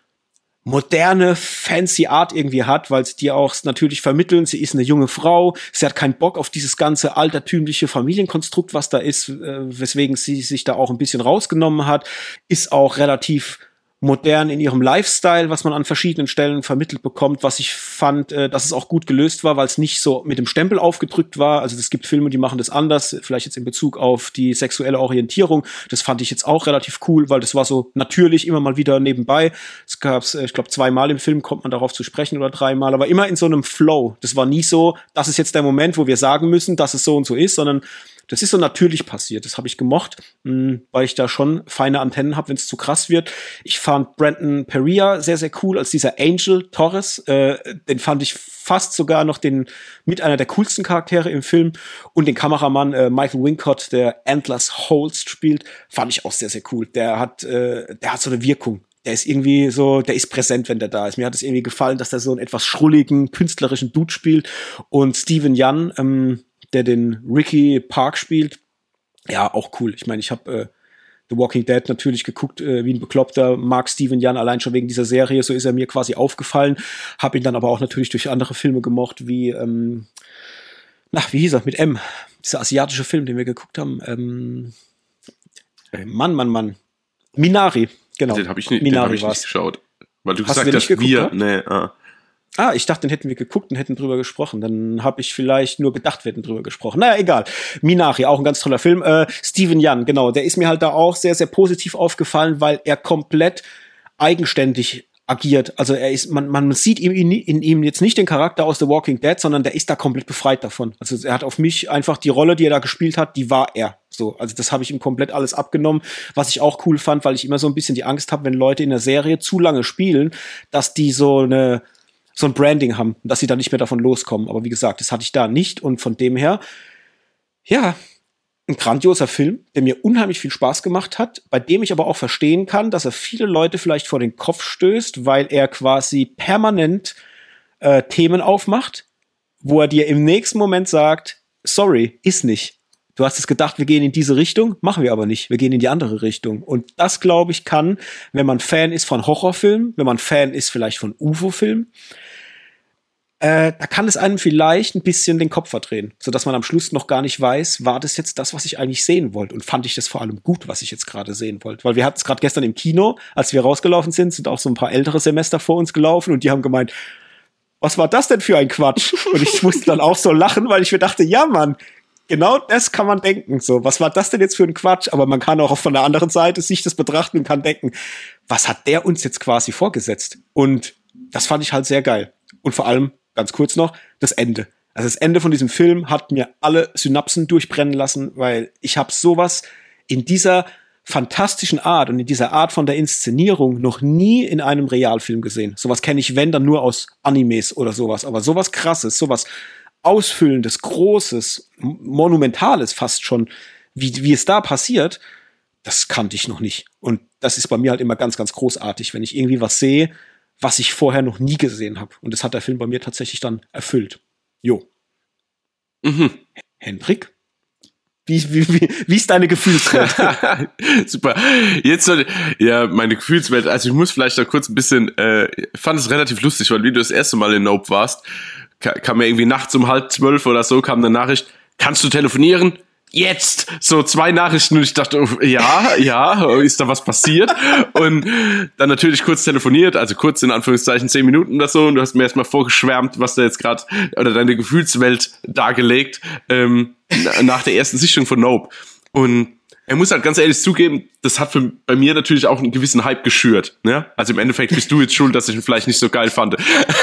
moderne, fancy Art irgendwie hat, weil sie dir auch natürlich vermitteln, sie ist eine junge Frau, sie hat keinen Bock auf dieses ganze altertümliche Familienkonstrukt, was da ist, weswegen sie sich da auch ein bisschen rausgenommen hat, ist auch relativ modern in ihrem Lifestyle, was man an verschiedenen Stellen vermittelt bekommt, was ich fand, dass es auch gut gelöst war, weil es nicht so mit dem Stempel aufgedrückt war. Also es gibt Filme, die machen das anders, vielleicht jetzt in Bezug auf die sexuelle Orientierung. Das fand ich jetzt auch relativ cool, weil das war so natürlich immer mal wieder nebenbei. Es gab's, ich glaube, 2-mal im Film kommt man darauf zu sprechen oder 3-mal, aber immer in so einem Flow. Das war nie so, das ist jetzt der Moment, wo wir sagen müssen, dass es so und so ist, sondern das ist so natürlich passiert. Das habe ich gemocht, weil ich da schon feine Antennen habe, wenn es zu krass wird. Ich fand Brandon Perea sehr, sehr cool als dieser Angel Torres. Den fand ich fast sogar noch mit einer der coolsten Charaktere im Film. Und den Kameramann Michael Wincott, der Antlers Holst spielt, fand ich auch sehr, sehr cool. Der hat so eine Wirkung. Der ist irgendwie so, der ist präsent, wenn der da ist. Mir hat es irgendwie gefallen, dass der so einen etwas schrulligen, künstlerischen Dude spielt. Und Steven Yeun, der den Ricky Park spielt. Ja, auch cool. Ich meine, ich habe The Walking Dead natürlich geguckt, wie ein Bekloppter. Mag Steven Yeun allein schon wegen dieser Serie. So ist er mir quasi aufgefallen. Hab ihn dann aber auch natürlich durch andere Filme gemocht, wie wie hieß er? Mit M. Dieser asiatische Film, den wir geguckt haben. Mann. Minari, genau. Den habe ich nicht geschaut. Weil du gesagt hast, wir. Nee, ich dachte, den hätten wir geguckt und hätten drüber gesprochen. Dann habe ich vielleicht nur gedacht, wir hätten drüber gesprochen. Naja, egal. Minari, auch ein ganz toller Film. Steven Yeun, genau. Der ist mir halt da auch sehr, sehr positiv aufgefallen, weil er komplett eigenständig agiert. Also man sieht in ihm jetzt nicht den Charakter aus The Walking Dead, sondern der ist da komplett befreit davon. Also er hat auf mich einfach die Rolle, die er da gespielt hat, die war er. So, also das habe ich ihm komplett alles abgenommen, was ich auch cool fand, weil ich immer so ein bisschen die Angst habe, wenn Leute in der Serie zu lange spielen, dass die so ein Branding haben, dass sie dann nicht mehr davon loskommen. Aber wie gesagt, das hatte ich da nicht. Und von dem her, ja, ein grandioser Film, der mir unheimlich viel Spaß gemacht hat, bei dem ich aber auch verstehen kann, dass er viele Leute vielleicht vor den Kopf stößt, weil er quasi permanent Themen aufmacht, wo er dir im nächsten Moment sagt, sorry, ist nicht. Du hast es gedacht, wir gehen in diese Richtung, machen wir aber nicht. Wir gehen in die andere Richtung. Und das, glaube ich, kann, wenn man Fan ist von Horrorfilmen, wenn man Fan ist vielleicht von UFO-Filmen, da kann es einem vielleicht ein bisschen den Kopf verdrehen, sodass man am Schluss noch gar nicht weiß, war das jetzt das, was ich eigentlich sehen wollte? Und fand ich das vor allem gut, was ich jetzt gerade sehen wollte? Weil wir hatten es gerade gestern im Kino, als wir rausgelaufen sind auch so ein paar ältere Semester vor uns gelaufen und die haben gemeint, was war das denn für ein Quatsch? Und ich musste dann auch so lachen, weil ich mir dachte, ja Mann, genau das kann man denken. So, was war das denn jetzt für ein Quatsch? Aber man kann auch von der anderen Seite sich das betrachten und kann denken, was hat der uns jetzt quasi vorgesetzt? Und das fand ich halt sehr geil. Und vor allem, ganz kurz noch, das Ende. Also das Ende von diesem Film hat mir alle Synapsen durchbrennen lassen, weil ich habe sowas in dieser fantastischen Art und in dieser Art von der Inszenierung noch nie in einem Realfilm gesehen. Sowas kenne ich, wenn, dann nur aus Animes oder sowas. Aber sowas Krasses, sowas Ausfüllendes, Großes, Monumentales fast schon, wie es da passiert, das kannte ich noch nicht. Und das ist bei mir halt immer ganz, ganz großartig, wenn ich irgendwie was sehe, was ich vorher noch nie gesehen habe. Und das hat der Film bei mir tatsächlich dann erfüllt. Jo. Hendrik? Wie ist deine Gefühlswelt? Super. Jetzt ja, meine Gefühlswelt, also ich muss vielleicht da kurz ein bisschen, fand es relativ lustig, weil wie du das erste Mal in Nope warst, kam mir irgendwie nachts um 11:30 oder so, kam eine Nachricht, kannst du telefonieren? Jetzt! So 2 Nachrichten und ich dachte, oh, ja, ist da was passiert? Und dann natürlich kurz telefoniert, also kurz in Anführungszeichen 10 Minuten oder so und du hast mir erstmal vorgeschwärmt, was da jetzt gerade, oder deine Gefühlswelt dargelegt, nach der ersten Sichtung von Nope. Und er muss halt ganz ehrlich zugeben, das hat bei mir natürlich auch einen gewissen Hype geschürt. Ne? Also im Endeffekt bist du jetzt schuld, dass ich ihn vielleicht nicht so geil fand.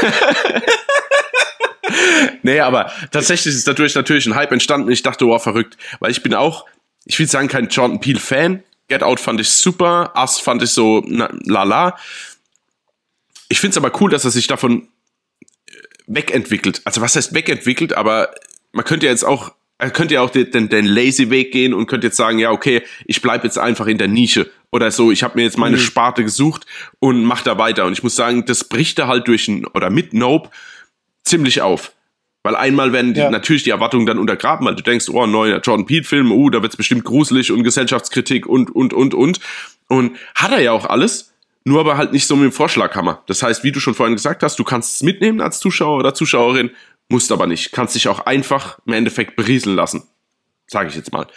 Nee, aber tatsächlich ist dadurch natürlich ein Hype entstanden. Ich dachte, oh, verrückt. Weil ich bin auch, ich will sagen, kein Jordan Peele-Fan. Get Out fand ich super. Us fand ich so lala. Ich finde es aber cool, dass er sich davon wegentwickelt. Also was heißt wegentwickelt? Aber man könnte ja jetzt auch, den lazy Weg gehen und könnte jetzt sagen, ja, okay, ich bleibe jetzt einfach in der Nische. Oder so, ich habe mir jetzt meine Sparte gesucht und mach da weiter. Und ich muss sagen, das bricht er halt mit Nope ziemlich auf. Weil einmal werden natürlich die Erwartungen dann untergraben, weil du denkst, oh, ein neuer Jordan Peele-Film, da wird's bestimmt gruselig und Gesellschaftskritik und. Und hat er ja auch alles, nur aber halt nicht so mit dem Vorschlaghammer. Das heißt, wie du schon vorhin gesagt hast, du kannst es mitnehmen als Zuschauer oder Zuschauerin, musst aber nicht. Kannst dich auch einfach im Endeffekt berieseln lassen. Sage ich jetzt mal.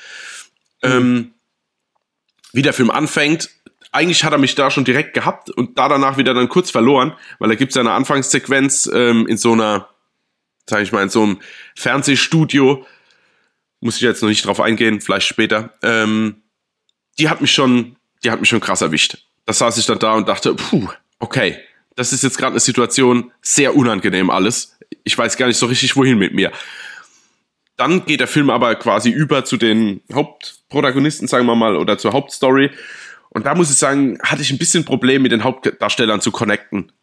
Wie der Film anfängt, eigentlich hat er mich da schon direkt gehabt und danach wieder dann kurz verloren, weil da gibt's ja eine Anfangssequenz in so einer, sag ich mal, in so einem Fernsehstudio, muss ich jetzt noch nicht drauf eingehen, vielleicht später, die hat mich schon krass erwischt. Da saß ich dann da und dachte, okay, das ist jetzt gerade eine Situation, sehr unangenehm alles. Ich weiß gar nicht so richtig, wohin mit mir. Dann geht der Film aber quasi über zu den Hauptprotagonisten, sagen wir mal, oder zur Hauptstory. Und da muss ich sagen, hatte ich ein bisschen Problem mit den Hauptdarstellern zu connecten.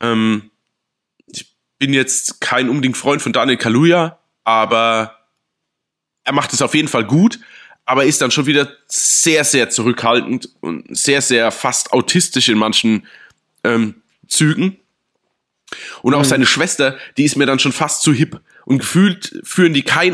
Ich bin jetzt kein unbedingt Freund von Daniel Kaluuya, aber er macht es auf jeden Fall gut, aber ist dann schon wieder sehr, sehr zurückhaltend und sehr, sehr fast autistisch in manchen Zügen. Und auch seine Schwester, die ist mir dann schon fast zu hip. Und gefühlt führen die kein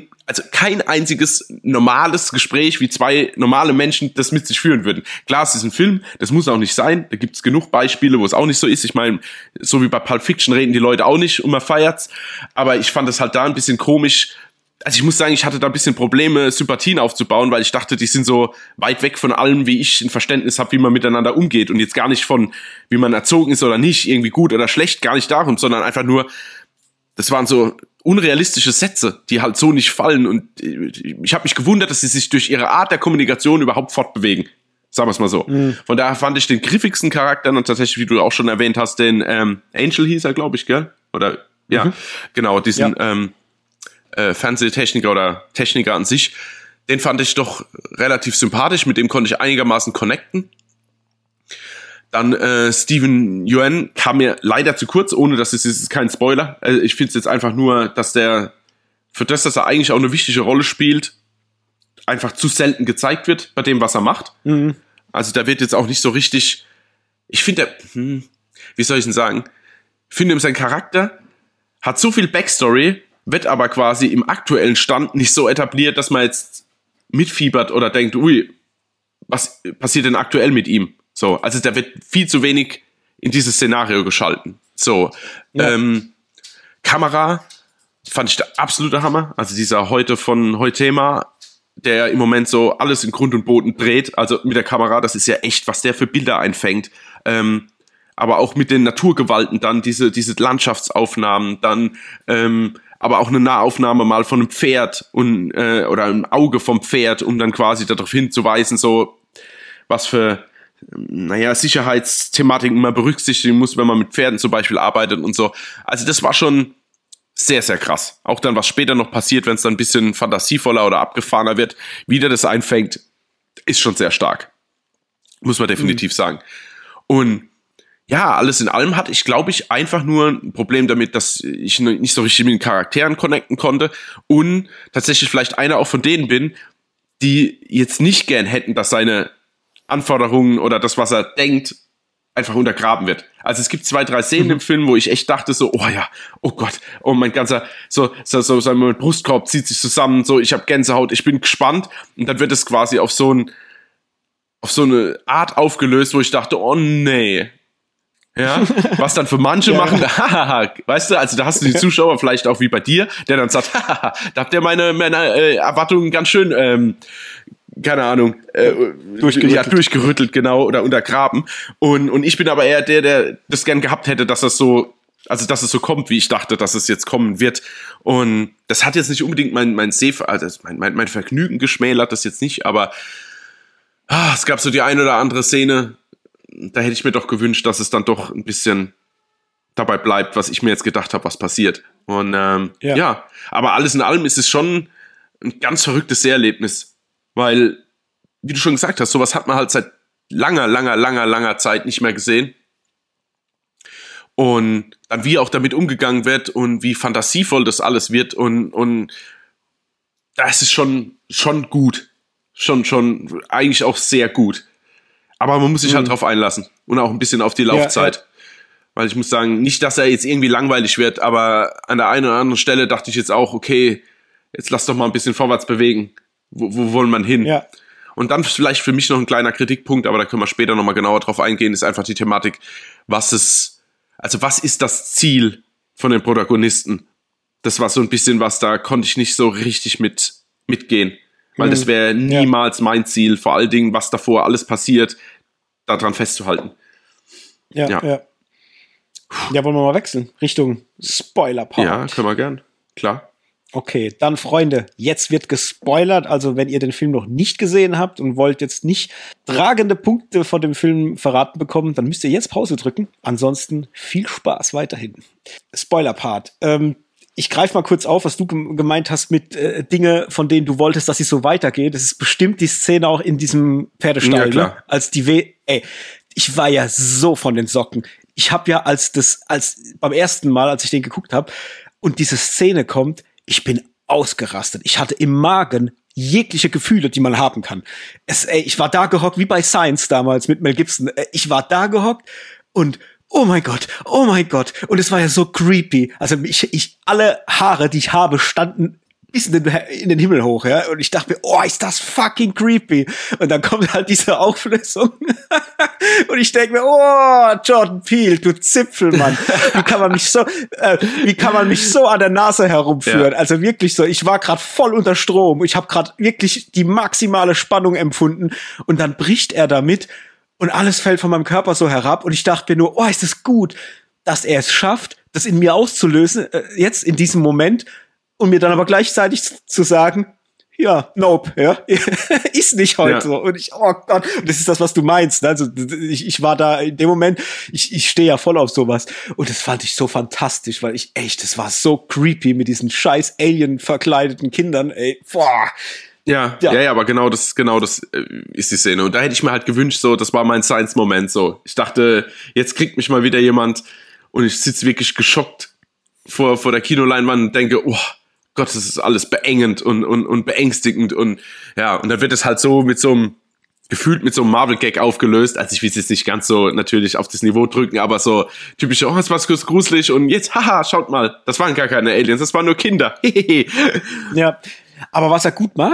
einziges normales Gespräch, wie 2 normale Menschen das mit sich führen würden. Klar, es ist ein Film, das muss auch nicht sein. Da gibt's genug Beispiele, wo es auch nicht so ist. Ich meine, so wie bei Pulp Fiction reden die Leute auch nicht und man feiert's. Aber ich fand das halt da ein bisschen komisch. Also ich muss sagen, ich hatte da ein bisschen Probleme, Sympathien aufzubauen, weil ich dachte, die sind so weit weg von allem, wie ich ein Verständnis habe, wie man miteinander umgeht. Und jetzt gar nicht von, wie man erzogen ist oder nicht, irgendwie gut oder schlecht, gar nicht darum, sondern einfach nur, das waren so unrealistische Sätze, die halt so nicht fallen. Und ich habe mich gewundert, dass sie sich durch ihre Art der Kommunikation überhaupt fortbewegen. Sagen wir es mal so. Von daher fand ich den griffigsten Charakter und tatsächlich, wie du auch schon erwähnt hast, den Angel hieß er, glaube ich, gell? Oder ja, genau, diesen Fernsehtechniker oder Techniker an sich, den fand ich doch relativ sympathisch, mit dem konnte ich einigermaßen connecten. Dann Steven Yeun kam mir leider zu kurz, ohne dass es ist kein Spoiler. Ich finde es jetzt einfach nur, dass dass er eigentlich auch eine wichtige Rolle spielt, einfach zu selten gezeigt wird bei dem, was er macht. Also da wird jetzt auch nicht so richtig, ich finde, wie soll ich denn sagen, ich finde, sein Charakter hat so viel Backstory, wird aber quasi im aktuellen Stand nicht so etabliert, dass man jetzt mitfiebert oder denkt, ui, was passiert denn aktuell mit ihm? So, also da wird viel zu wenig in dieses Szenario geschalten. So, Kamera fand ich der absolute Hammer. Also dieser von Heutema, der im Moment so alles in Grund und Boden dreht, also mit der Kamera, das ist ja echt, was der für Bilder einfängt. Aber auch mit den Naturgewalten dann, diese Landschaftsaufnahmen, dann aber auch eine Nahaufnahme mal von einem Pferd und oder ein Auge vom Pferd, um dann quasi darauf hinzuweisen, so was für Sicherheitsthematiken man berücksichtigen muss, wenn man mit Pferden zum Beispiel arbeitet und so. Also das war schon sehr, sehr krass. Auch dann, was später noch passiert, wenn es dann ein bisschen fantasievoller oder abgefahrener wird, wie der das einfängt, ist schon sehr stark. Muss man definitiv sagen. Und ja, alles in allem hatte ich, glaube ich, einfach nur ein Problem damit, dass ich nicht so richtig mit den Charakteren connecten konnte und tatsächlich vielleicht einer auch von denen bin, die jetzt nicht gern hätten, dass seine Anforderungen oder das, was er denkt, einfach untergraben wird. Also es gibt 2, 3 Szenen im Film, wo ich echt dachte so, oh ja, oh Gott, oh mein ganzer, mein Brustkorb zieht sich zusammen, so, ich habe Gänsehaut, ich bin gespannt und dann wird es quasi auf so eine Art aufgelöst, wo ich dachte, oh nee. Ja, was dann für manche machen, weißt du, also da hast du die Zuschauer vielleicht auch wie bei dir, der dann sagt, da habt ihr meine Erwartungen ganz schön, keine Ahnung, durchgerüttelt, genau, oder untergraben. Und ich bin aber eher der das gern gehabt hätte, dass es so kommt, wie ich dachte, dass es jetzt kommen wird. Und das hat jetzt nicht unbedingt mein Vergnügen geschmälert, das jetzt nicht, aber es gab so die eine oder andere Szene, da hätte ich mir doch gewünscht, dass es dann doch ein bisschen dabei bleibt, was ich mir jetzt gedacht habe, was passiert. Und aber alles in allem ist es schon ein ganz verrücktes Seherlebnis. Weil, wie du schon gesagt hast, sowas hat man halt seit langer Zeit nicht mehr gesehen. Und dann wie auch damit umgegangen wird und wie fantasievoll das alles wird und das ist schon gut. Schon eigentlich auch sehr gut. Aber man muss sich halt drauf einlassen und auch ein bisschen auf die Laufzeit. Ja. Weil ich muss sagen, nicht, dass er jetzt irgendwie langweilig wird, aber an der einen oder anderen Stelle dachte ich jetzt auch, okay, jetzt lass doch mal ein bisschen vorwärts bewegen. Wo wollen wir hin? Ja. Und dann vielleicht für mich noch ein kleiner Kritikpunkt, aber da können wir später nochmal genauer drauf eingehen, ist einfach die Thematik, was ist das Ziel von den Protagonisten? Das war so ein bisschen was, da konnte ich nicht so richtig mitgehen. Weil das wäre niemals mein Ziel, vor allen Dingen, was davor alles passiert, daran festzuhalten. Ja, wollen wir mal wechseln? Richtung Spoiler-Part. Ja, können wir gern, klar. Okay, dann Freunde, jetzt wird gespoilert, also wenn ihr den Film noch nicht gesehen habt und wollt jetzt nicht tragende Punkte von dem Film verraten bekommen, dann müsst ihr jetzt Pause drücken. Ansonsten viel Spaß weiterhin. Spoiler-Part. Ich greife mal kurz auf, was du gemeint hast mit Dinge, von denen du wolltest, dass es so weitergeht. Das ist bestimmt die Szene auch in diesem Pferdestall, ja, klar. Ne? Als ich war ja so von den Socken. Ich habe ja als beim ersten Mal, als ich den geguckt habe und diese Szene kommt, ich bin ausgerastet. Ich hatte im Magen jegliche Gefühle, die man haben kann. Ich war da gehockt, wie bei Science damals mit Mel Gibson. Ich war da gehockt und oh mein Gott. Und es war ja so creepy. Also alle Haare, die ich habe, standen bis in den Himmel hoch, ja. Und ich dachte mir, oh, ist das fucking creepy. Und dann kommt halt diese Auflösung. Und ich denke mir, oh, Jordan Peele, du Zipfelmann. Wie kann man mich so an der Nase herumführen? Ja. Also wirklich so, ich war gerade voll unter Strom. Ich habe gerade wirklich die maximale Spannung empfunden. Und dann bricht er damit und alles fällt von meinem Körper so herab. Und ich dachte mir nur, oh, ist es gut, dass er es schafft, das in mir auszulösen, jetzt in diesem Moment. Und mir dann aber gleichzeitig zu sagen, ja, nope, ja, ist nicht heute so. Und oh Gott, und das ist das, was du meinst. Also ich war da in dem Moment, ich stehe ja voll auf sowas. Und das fand ich so fantastisch, weil das war so creepy mit diesen scheiß Alien-verkleideten Kindern, ey, boah. Ja, aber genau das ist die Szene. Und da hätte ich mir halt gewünscht, so, das war mein Science-Moment, so. Ich dachte, jetzt kriegt mich mal wieder jemand und ich sitze wirklich geschockt vor der Kinoleinwand und denke, oh Gott, das ist alles beengend und beängstigend und ja, und dann wird es halt so mit so einem Marvel-Gag aufgelöst, also ich will es jetzt nicht ganz so natürlich auf das Niveau drücken, aber so typisch, oh, es war kurz gruselig und jetzt, haha, schaut mal, das waren gar keine Aliens, das waren nur Kinder. Ja, aber was er gut macht,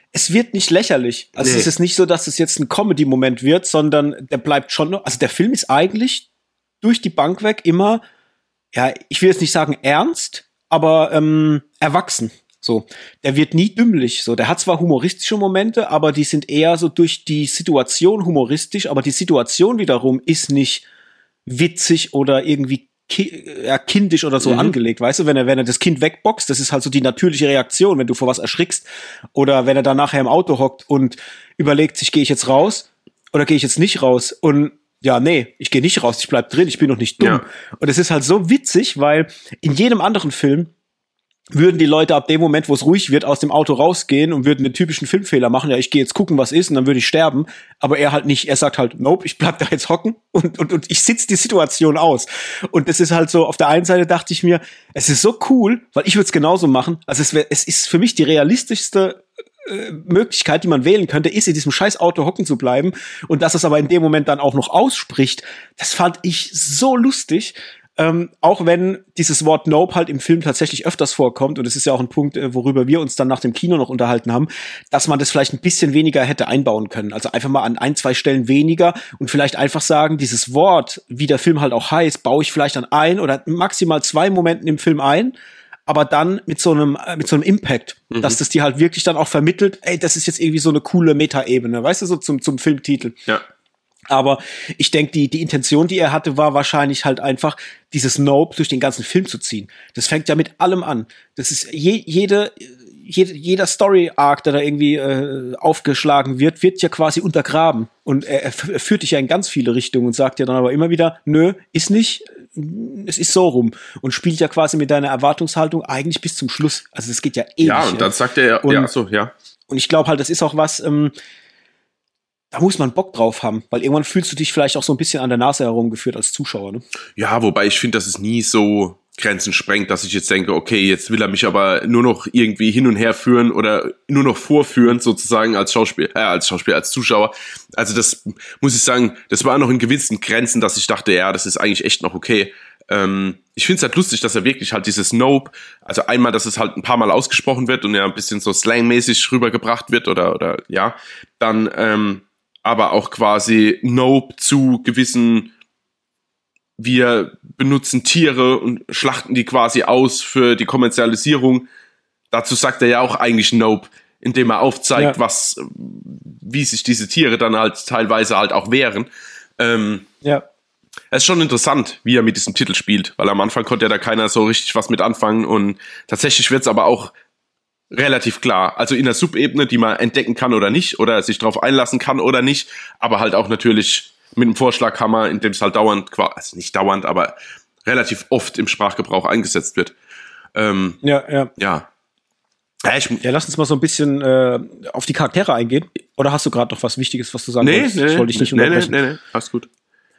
es wird nicht lächerlich. Also es ist nicht so, dass es jetzt ein Comedy-Moment wird, sondern der bleibt schon noch, also der Film ist eigentlich durch die Bank weg immer, ja, ich will jetzt nicht sagen ernst, aber erwachsen. So, der wird nie dümmlich. So, der hat zwar humoristische Momente, aber die sind eher so durch die Situation humoristisch, aber die Situation wiederum ist nicht witzig oder irgendwie kindisch oder so angelegt, weißt du, wenn er das Kind wegboxt, das ist halt so die natürliche Reaktion, wenn du vor was erschrickst, oder wenn er dann nachher im Auto hockt und überlegt sich, gehe ich jetzt raus oder gehe ich jetzt nicht raus, und ja, nee, ich gehe nicht raus, ich bleib drin, ich bin noch nicht dumm. Ja. Und es ist halt so witzig, weil in jedem anderen Film würden die Leute ab dem Moment, wo es ruhig wird, aus dem Auto rausgehen und würden den typischen Filmfehler machen, ja, ich gehe jetzt gucken, was ist, und dann würde ich sterben. Aber er halt nicht, er sagt halt, nope, ich bleib da jetzt hocken und ich sitze die Situation aus. Und das ist halt so, auf der einen Seite dachte ich mir, es ist so cool, weil ich würde es genauso machen. Also es ist für mich die realistischste Möglichkeit, die man wählen könnte, ist, in diesem scheiß Auto hocken zu bleiben, und dass es aber in dem Moment dann auch noch ausspricht. Das fand ich so lustig. Auch wenn dieses Wort Nope halt im Film tatsächlich öfters vorkommt, und das ist ja auch ein Punkt, worüber wir uns dann nach dem Kino noch unterhalten haben, dass man das vielleicht ein bisschen weniger hätte einbauen können. Also einfach mal an 1-2 Stellen weniger und vielleicht einfach sagen, dieses Wort, wie der Film halt auch heißt, baue ich vielleicht an 1 oder maximal 2 Momenten im Film ein, aber dann mit so einem Impact, dass das dir halt wirklich dann auch vermittelt, ey, das ist jetzt irgendwie so eine coole Meta-Ebene, weißt du, so zum Filmtitel. Ja. Aber ich denke, die Intention, die er hatte, war wahrscheinlich halt einfach, dieses Nope durch den ganzen Film zu ziehen. Das fängt ja mit allem an. Das ist jeder Story-Arc, der da irgendwie aufgeschlagen wird ja quasi untergraben. Und er führt dich ja in ganz viele Richtungen und sagt ja dann aber immer wieder, nö, ist nicht, es ist so rum. Und spielt ja quasi mit deiner Erwartungshaltung eigentlich bis zum Schluss. Also es geht ja ewig. Ja, und dann sagt er ja. Und ich glaube halt, das ist auch was, da muss man Bock drauf haben, weil irgendwann fühlst du dich vielleicht auch so ein bisschen an der Nase herumgeführt als Zuschauer, ne? Ja, wobei ich finde, dass es nie so Grenzen sprengt, dass ich jetzt denke, okay, jetzt will er mich aber nur noch irgendwie hin und her führen oder nur noch vorführen, sozusagen als Zuschauer. Also das muss ich sagen, das war noch in gewissen Grenzen, dass ich dachte, ja, das ist eigentlich echt noch okay. Ich finde es halt lustig, dass er wirklich halt dieses Nope, also einmal, dass es halt ein paar Mal ausgesprochen wird und ja ein bisschen so slangmäßig rübergebracht wird oder ja, dann aber auch quasi Nope zu gewissen, wir benutzen Tiere und schlachten die quasi aus für die Kommerzialisierung. Dazu sagt er ja auch eigentlich Nope, indem er aufzeigt, wie sich diese Tiere dann halt teilweise halt auch wehren. Es ist schon interessant, wie er mit diesem Titel spielt, weil am Anfang konnte ja da keiner so richtig was mit anfangen, und tatsächlich wird es aber auch relativ klar. Also in der Subebene, die man entdecken kann oder nicht, oder sich darauf einlassen kann oder nicht, aber halt auch natürlich mit dem Vorschlaghammer, in dem es halt dauernd, also nicht dauernd, aber relativ oft im Sprachgebrauch eingesetzt wird. Ja, lass uns mal so ein bisschen auf die Charaktere eingehen. Oder hast du gerade noch was Wichtiges, was du sagen wolltest? Ich wollte dich nicht unterbrechen. Nee, alles gut.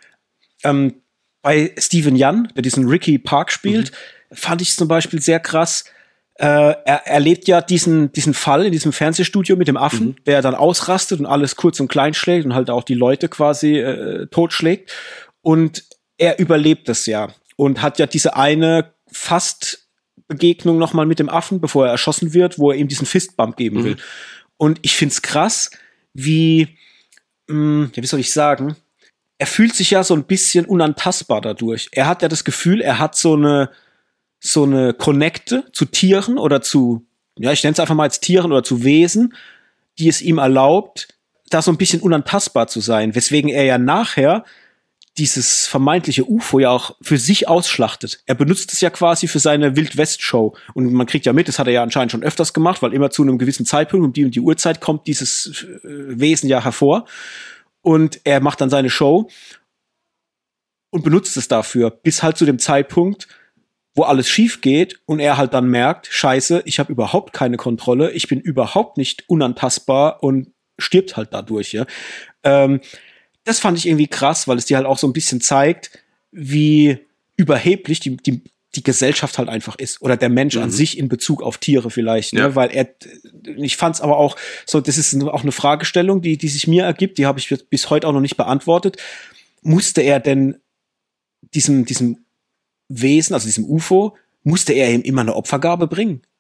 Bei Steven Yeun, der diesen Ricky Park spielt, fand ich zum Beispiel sehr krass. Er erlebt ja diesen Fall in diesem Fernsehstudio mit dem Affen, der dann ausrastet und alles kurz und klein schlägt und halt auch die Leute quasi totschlägt. Und er überlebt das ja und hat ja diese eine Fast-Begegnung nochmal mit dem Affen, bevor er erschossen wird, wo er ihm diesen Fistbump geben will. Und ich find's krass, wie soll ich sagen, er fühlt sich ja so ein bisschen unantastbar dadurch. Er hat ja das Gefühl, er hat so eine Connecte zu Tieren oder zu, ja, ich nenne es einfach mal als Tieren oder zu Wesen, die es ihm erlaubt, da so ein bisschen unantastbar zu sein, weswegen er ja nachher dieses vermeintliche UFO ja auch für sich ausschlachtet. Er benutzt es ja quasi für seine Wild-West-Show. Und man kriegt ja mit, das hat er ja anscheinend schon öfters gemacht, weil immer zu einem gewissen Zeitpunkt um die und die Uhrzeit kommt dieses Wesen ja hervor. Und er macht dann seine Show und benutzt es dafür, bis halt zu dem Zeitpunkt, wo alles schief geht und er halt dann merkt, scheiße, ich habe überhaupt keine Kontrolle, ich bin überhaupt nicht unantastbar und stirbt halt dadurch. Ja. Das fand ich irgendwie krass, weil es dir halt auch so ein bisschen zeigt, wie überheblich die Gesellschaft halt einfach ist. Oder der Mensch an sich in Bezug auf Tiere vielleicht. Ne? Weil ich fand es aber auch so, das ist auch eine Fragestellung, die sich mir ergibt, die habe ich bis heute auch noch nicht beantwortet. Musste er denn diesem Wesen, also diesem UFO, musste er ihm immer eine Opfergabe bringen?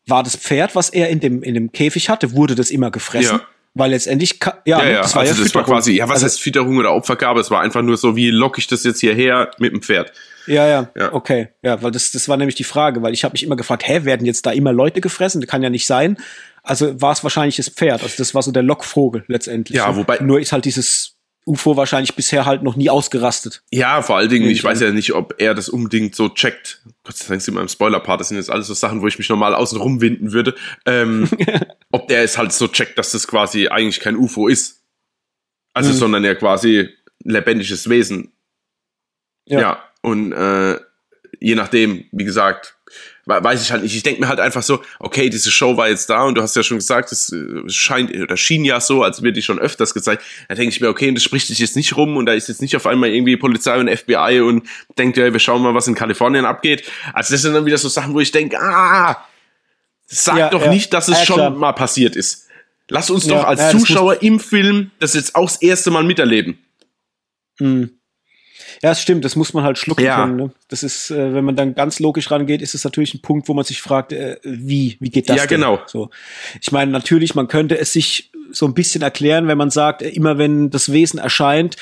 war das Pferd, was er in dem Käfig hatte, wurde das immer gefressen? Ja. Weil letztendlich, Das war also das war quasi, was heißt Fütterung oder Opfergabe? Es war einfach nur so, wie locke ich das jetzt hierher mit dem Pferd? Ja, okay. Ja, weil das war nämlich die Frage, weil ich habe mich immer gefragt, werden jetzt da immer Leute gefressen? Das kann ja nicht sein. Also war es wahrscheinlich das Pferd. Also das war so der Lockvogel letztendlich. Ja, wobei. Nur ist halt dieses UFO wahrscheinlich bisher halt noch nie ausgerastet. Ja, vor allen Dingen, ich weiß ja nicht, ob er das unbedingt so checkt. Gott sei Dank sind wir im Spoiler-Part, das sind jetzt alles so Sachen, wo ich mich normal außen rumwinden würde. Ob der es halt so checkt, dass das quasi eigentlich kein UFO ist. Also, sondern ja quasi lebendiges Wesen. Ja, und je nachdem, wie gesagt, weiß ich halt nicht. Ich denke mir halt einfach so, okay, diese Show war jetzt da und du hast ja schon gesagt, es schien ja so, als wird die schon öfters gezeigt. Da denke ich mir, okay, und das spricht sich jetzt nicht rum und da ist jetzt nicht auf einmal irgendwie Polizei und FBI und denkt, ja, wir schauen mal, was in Kalifornien abgeht. Also das sind dann wieder so Sachen, wo ich denke, sag doch nicht, dass es schon mal passiert ist. Lass uns doch als Zuschauer im Film das jetzt auch das erste Mal miterleben. Ja, es stimmt, das muss man halt schlucken können. Ne? Das ist, wenn man dann ganz logisch rangeht, ist es natürlich ein Punkt, wo man sich fragt, wie geht das denn? Genau. So. Ich meine, natürlich, man könnte es sich so ein bisschen erklären, wenn man sagt, immer wenn das Wesen erscheint,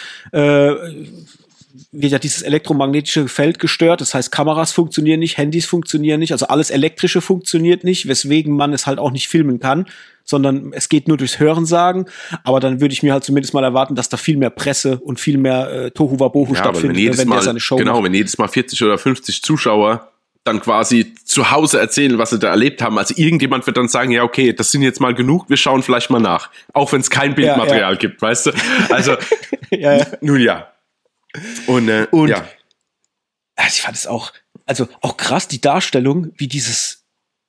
wird ja dieses elektromagnetische Feld gestört. Das heißt, Kameras funktionieren nicht, Handys funktionieren nicht, also alles Elektrische funktioniert nicht, weswegen man es halt auch nicht filmen kann, sondern es geht nur durchs Hörensagen. Aber dann würde ich mir halt zumindest mal erwarten, dass da viel mehr Presse und viel mehr Tohuwabohu stattfindet, wenn der seine Show macht. Wenn jedes Mal 40 oder 50 Zuschauer dann quasi zu Hause erzählen, was sie da erlebt haben. Also irgendjemand wird dann sagen, ja, okay, das sind jetzt mal genug, wir schauen vielleicht mal nach. Auch wenn es kein Bildmaterial gibt, weißt du? Also, nun ja. Und also ich fand es auch krass, die Darstellung, wie dieses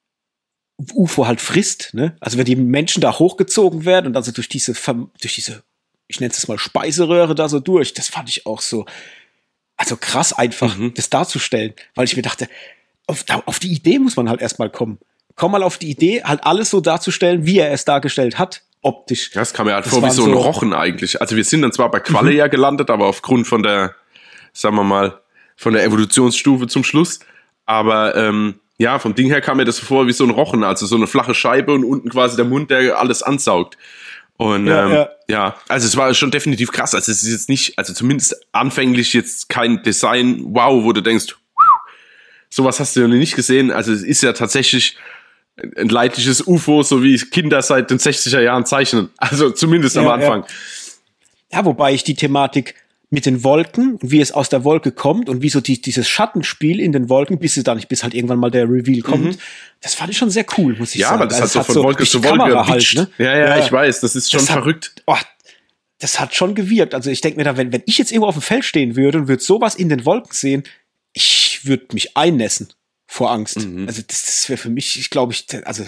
UFO halt frisst, ne? Also wenn die Menschen da hochgezogen werden und also durch diese, ich nenne es mal Speiseröhre da so durch, das fand ich auch so, also krass einfach, das darzustellen, weil ich mir dachte, auf die Idee muss man halt erstmal kommen. Komm mal auf die Idee, halt alles so darzustellen, wie er es dargestellt hat, optisch. Das kam mir halt vor wie so ein Rochen eigentlich. Also wir sind dann zwar bei Qualle ja gelandet, aber aufgrund von der, sagen wir mal, von der Evolutionsstufe zum Schluss, aber vom Ding her kam mir das vor wie so ein Rochen, also so eine flache Scheibe und unten quasi der Mund, der alles ansaugt. Und also es war schon definitiv krass. Also es ist jetzt nicht, also zumindest anfänglich jetzt kein Design, wow, wo du denkst, sowas hast du ja noch nicht gesehen. Also es ist ja tatsächlich ein leidliches UFO, so wie Kinder seit den 60er Jahren zeichnen. Also zumindest am Anfang. Ja, wobei ich die Thematik mit den Wolken, wie es aus der Wolke kommt und wie so dieses Schattenspiel in den Wolken, bis halt irgendwann mal der Reveal kommt, das fand ich schon sehr cool, muss ich sagen. Ja, aber das also hat so von Wolke zu Wolke halt, ne? Ja, ich weiß, das ist schon verrückt. Das hat schon gewirkt. Also ich denke mir da, wenn ich jetzt irgendwo auf dem Feld stehen würde und würde sowas in den Wolken sehen, ich würde mich einnässen vor Angst. Also das wäre für mich, ich glaube,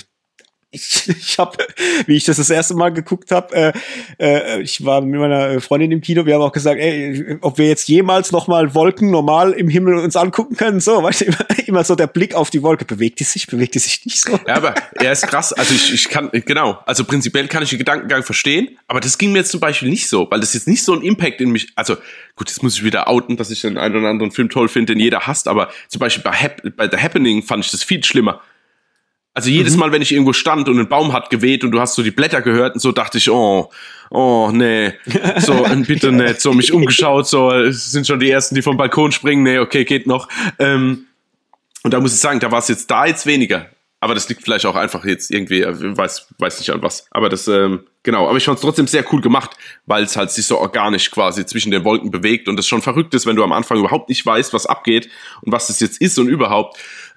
ich habe, wie ich das erste Mal geguckt habe, ich war mit meiner Freundin im Kino, wir haben auch gesagt, ob wir jetzt jemals noch mal Wolken normal im Himmel uns angucken können, so, weißt du, immer so der Blick auf die Wolke, bewegt die sich nicht so. Ja, aber er ist krass, also ich kann, genau, also prinzipiell kann ich den Gedankengang verstehen, aber das ging mir jetzt zum Beispiel nicht so, weil das jetzt nicht so ein Impact in mich, also gut, jetzt muss ich wieder outen, dass ich den einen oder anderen Film toll finde, den jeder hasst, aber zum Beispiel bei The Happening fand ich das viel schlimmer. Also jedes Mal, wenn ich irgendwo stand und ein Baum hat geweht und du hast so die Blätter gehört und so, dachte ich, oh, nee, so, bitte nicht, so mich umgeschaut, so, es sind schon die Ersten, die vom Balkon springen, nee, okay, geht noch. Und da muss ich sagen, da war es jetzt weniger. Aber das liegt vielleicht auch einfach jetzt irgendwie, weiß nicht an was. Aber das, genau, aber ich fand es trotzdem sehr cool gemacht, weil es halt sich so organisch quasi zwischen den Wolken bewegt und das schon verrückt ist, wenn du am Anfang überhaupt nicht weißt, was abgeht und was das jetzt ist und überhaupt.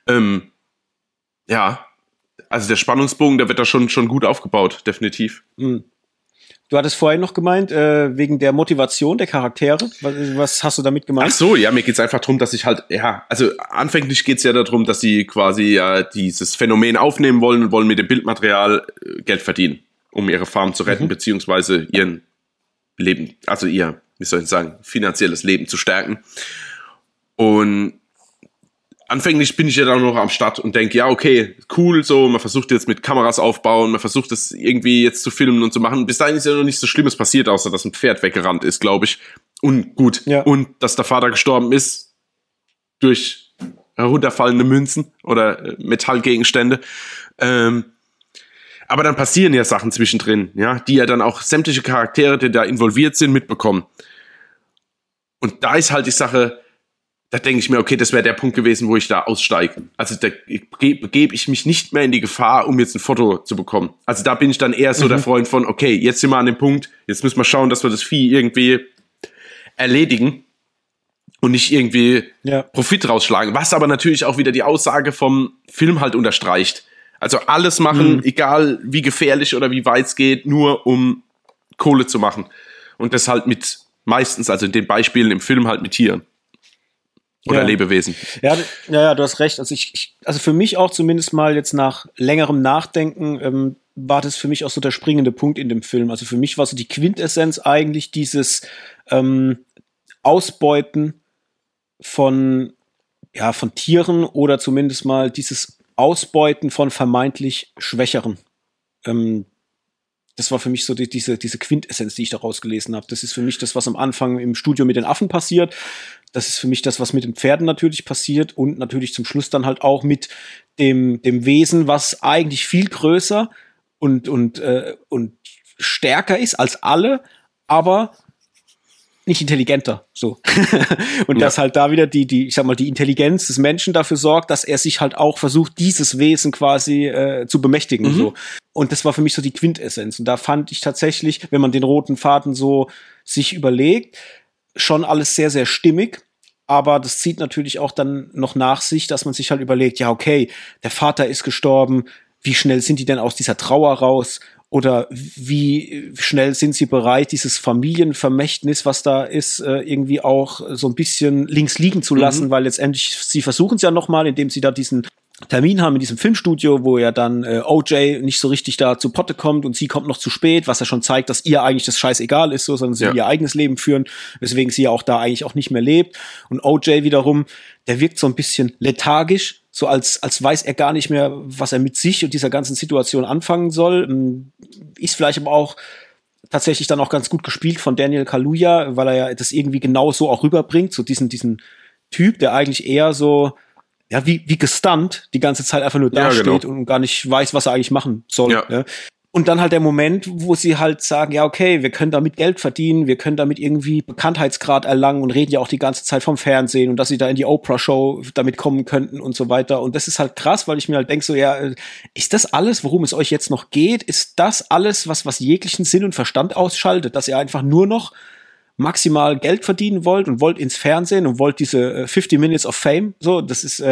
Also der Spannungsbogen, der wird da schon gut aufgebaut, definitiv. Du hattest vorhin noch gemeint, wegen der Motivation der Charaktere. Was hast du damit gemeint? Ach so, ja, mir geht's einfach darum, dass ich halt, also anfänglich geht's ja darum, dass sie quasi dieses Phänomen aufnehmen wollen und wollen mit dem Bildmaterial Geld verdienen, um ihre Farm zu retten, beziehungsweise ihren Leben, also ihr, wie soll ich sagen, finanzielles Leben zu stärken. Und anfänglich bin ich ja dann noch am Start und denke, ja, okay, cool, so, man versucht jetzt mit Kameras aufbauen, man versucht das irgendwie jetzt zu filmen und zu machen. Bis dahin ist ja noch nichts so Schlimmes passiert, außer dass ein Pferd weggerannt ist, glaube ich. Und gut, und dass der Vater gestorben ist durch herunterfallende Münzen oder Metallgegenstände. Aber dann passieren ja Sachen zwischendrin, ja, die ja dann auch sämtliche Charaktere, die da involviert sind, mitbekommen. Und da ist halt die Sache, da denke ich mir, okay, das wäre der Punkt gewesen, wo ich da aussteige. Also da begebe ich mich nicht mehr in die Gefahr, um jetzt ein Foto zu bekommen. Also da bin ich dann eher so der Freund von, okay, jetzt sind wir an dem Punkt, jetzt müssen wir schauen, dass wir das Vieh irgendwie erledigen und nicht irgendwie Profit rausschlagen. Was aber natürlich auch wieder die Aussage vom Film halt unterstreicht. Also alles machen, egal wie gefährlich oder wie weit es geht, nur um Kohle zu machen. Und das halt mit meistens, also in den Beispielen im Film halt mit Tieren. Oder Lebewesen. Ja, du hast recht. Also also für mich auch zumindest mal jetzt nach längerem Nachdenken war das für mich auch so der springende Punkt in dem Film. Also für mich war so die Quintessenz eigentlich dieses Ausbeuten von Tieren oder zumindest mal dieses Ausbeuten von vermeintlich Schwächeren. Das war für mich so diese Quintessenz, die ich da rausgelesen habe. Das ist für mich das, was am Anfang im Studio mit den Affen passiert. Das ist für mich das, was mit den Pferden natürlich passiert und natürlich zum Schluss dann halt auch mit dem Wesen, was eigentlich viel größer und stärker ist als alle, aber nicht intelligenter, so. Und dass halt da wieder die Intelligenz des Menschen dafür sorgt, dass er sich halt auch versucht, dieses Wesen quasi zu bemächtigen, so. Und das war für mich so die Quintessenz. Und da fand ich tatsächlich, wenn man den roten Faden so sich überlegt, schon alles sehr, sehr stimmig. Aber das zieht natürlich auch dann noch nach sich, dass man sich halt überlegt, ja, okay, der Vater ist gestorben, wie schnell sind die denn aus dieser Trauer raus? Oder wie schnell sind sie bereit, dieses Familienvermächtnis, was da ist, irgendwie auch so ein bisschen links liegen zu lassen, weil letztendlich, sie versuchen es ja nochmal, indem sie da diesen Termin haben in diesem Filmstudio, wo ja dann OJ nicht so richtig da zu Potte kommt und sie kommt noch zu spät, was ja schon zeigt, dass ihr eigentlich das scheißegal ist, so, sondern sie will ihr eigenes Leben führen, weswegen sie ja auch da eigentlich auch nicht mehr lebt. Und OJ wiederum, der wirkt so ein bisschen lethargisch, so als weiß er gar nicht mehr, was er mit sich und dieser ganzen Situation anfangen soll. Ist vielleicht aber auch tatsächlich dann auch ganz gut gespielt von Daniel Kaluuya, weil er ja das irgendwie genau so auch rüberbringt, so diesen Typ, der eigentlich eher so wie gestunt die ganze Zeit einfach nur dasteht und gar nicht weiß, was er eigentlich machen soll. Ja. Und dann halt der Moment, wo sie halt sagen, ja, okay, wir können damit Geld verdienen, wir können damit irgendwie Bekanntheitsgrad erlangen und reden ja auch die ganze Zeit vom Fernsehen und dass sie da in die Oprah-Show damit kommen könnten und so weiter. Und das ist halt krass, weil ich mir halt denke so, ja, ist das alles, worum es euch jetzt noch geht? Ist das alles, was jeglichen Sinn und Verstand ausschaltet, dass ihr einfach nur noch maximal Geld verdienen wollt und wollt ins Fernsehen und wollt diese 50 Minutes of Fame? So, das ist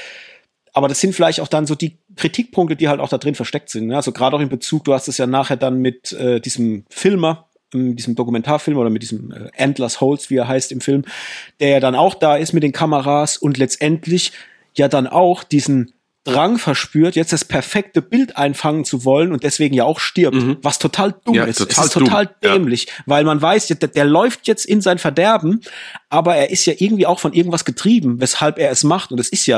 aber das sind vielleicht auch dann so die Kritikpunkte, die halt auch da drin versteckt sind. Ne? Also gerade auch in Bezug, du hast es ja nachher dann mit diesem Filmer, diesem Dokumentarfilm oder mit diesem Endless Holz, wie er heißt im Film, der ja dann auch da ist mit den Kameras und letztendlich ja dann auch diesen Drang verspürt, jetzt das perfekte Bild einfangen zu wollen und deswegen ja auch stirbt, was total dumm ist. Es ist total dämlich, weil man weiß, der läuft jetzt in sein Verderben, aber er ist ja irgendwie auch von irgendwas getrieben, weshalb er es macht. Und es ist ja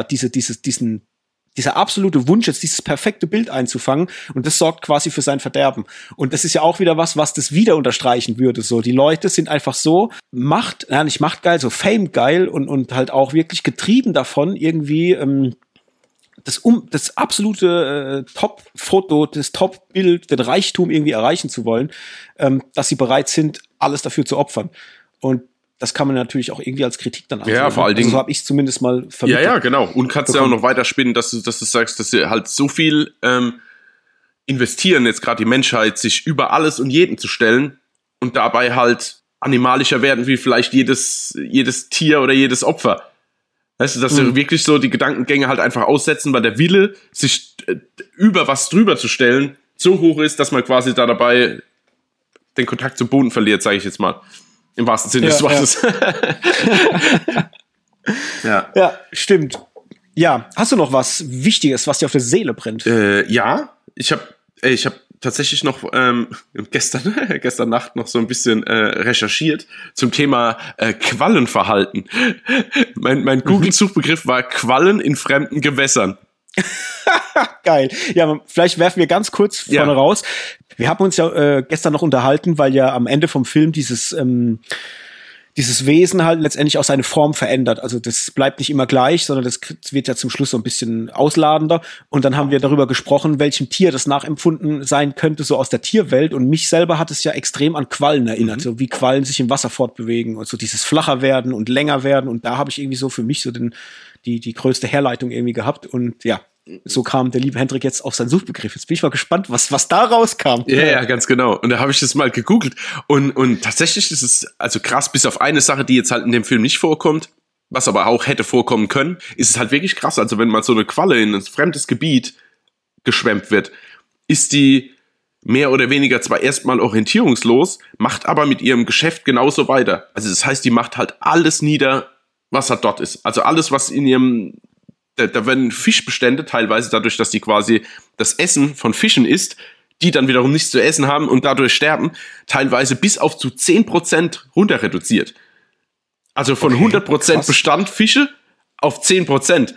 dieser absolute Wunsch, jetzt dieses perfekte Bild einzufangen, und das sorgt quasi für sein Verderben. Und das ist ja auch wieder was das wieder unterstreichen würde. So, die Leute sind einfach so nicht machtgeil, so Fame-geil und halt auch wirklich getrieben davon, irgendwie das absolute Top-Foto, das Top-Bild, den Reichtum irgendwie erreichen zu wollen, dass sie bereit sind, alles dafür zu opfern. Und das kann man natürlich auch irgendwie als Kritik dann ansehen. Ja, vor allen Dingen. So habe ich es zumindest mal vermittelt. Ja, genau. Und kannst ja auch noch weiter spinnen, dass du sagst, dass sie halt so viel investieren, jetzt gerade die Menschheit, sich über alles und jeden zu stellen und dabei halt animalischer werden wie vielleicht jedes Tier oder jedes Opfer. Weißt du, dass sie wirklich so die Gedankengänge halt einfach aussetzen, weil der Wille, sich über was drüber zu stellen, so hoch ist, dass man quasi da dabei den Kontakt zum Boden verliert, sage ich jetzt mal. Im wahrsten Sinne des Wortes. Ja, stimmt. Ja, hast du noch was Wichtiges, was dir auf der Seele brennt? Ja, ich hab tatsächlich noch gestern Nacht noch so ein bisschen recherchiert zum Thema Quallenverhalten. Mein Google-Suchbegriff war Quallen in fremden Gewässern. Geil. Ja, vielleicht werfen wir ganz kurz vorne raus. Wir haben uns ja gestern noch unterhalten, weil ja am Ende vom Film dieses Wesen halt letztendlich auch seine Form verändert. Also das bleibt nicht immer gleich, sondern das wird ja zum Schluss so ein bisschen ausladender. Und dann haben wir darüber gesprochen, welchem Tier das nachempfunden sein könnte, so aus der Tierwelt. Und mich selber hat es ja extrem an Quallen erinnert, so wie Quallen sich im Wasser fortbewegen und so dieses flacher werden und länger werden. Und da habe ich irgendwie so für mich so die größte Herleitung irgendwie gehabt. Und ja, so kam der liebe Hendrik jetzt auf seinen Suchbegriff. Jetzt bin ich mal gespannt, was da rauskam. Ja, ganz genau. Und da habe ich das mal gegoogelt. Und tatsächlich ist es also krass, bis auf eine Sache, die jetzt halt in dem Film nicht vorkommt, was aber auch hätte vorkommen können, ist es halt wirklich krass. Also wenn mal so eine Qualle in ein fremdes Gebiet geschwemmt wird, ist die mehr oder weniger zwar erstmal orientierungslos, macht aber mit ihrem Geschäft genauso weiter. Also das heißt, die macht halt alles nieder, was halt dort ist. Also alles, was in ihrem da werden Fischbestände teilweise dadurch, dass die quasi das Essen von Fischen isst, die dann wiederum nichts zu essen haben und dadurch sterben, teilweise bis auf zu 10% runter reduziert. Also von 100% Bestand Fische auf 10%.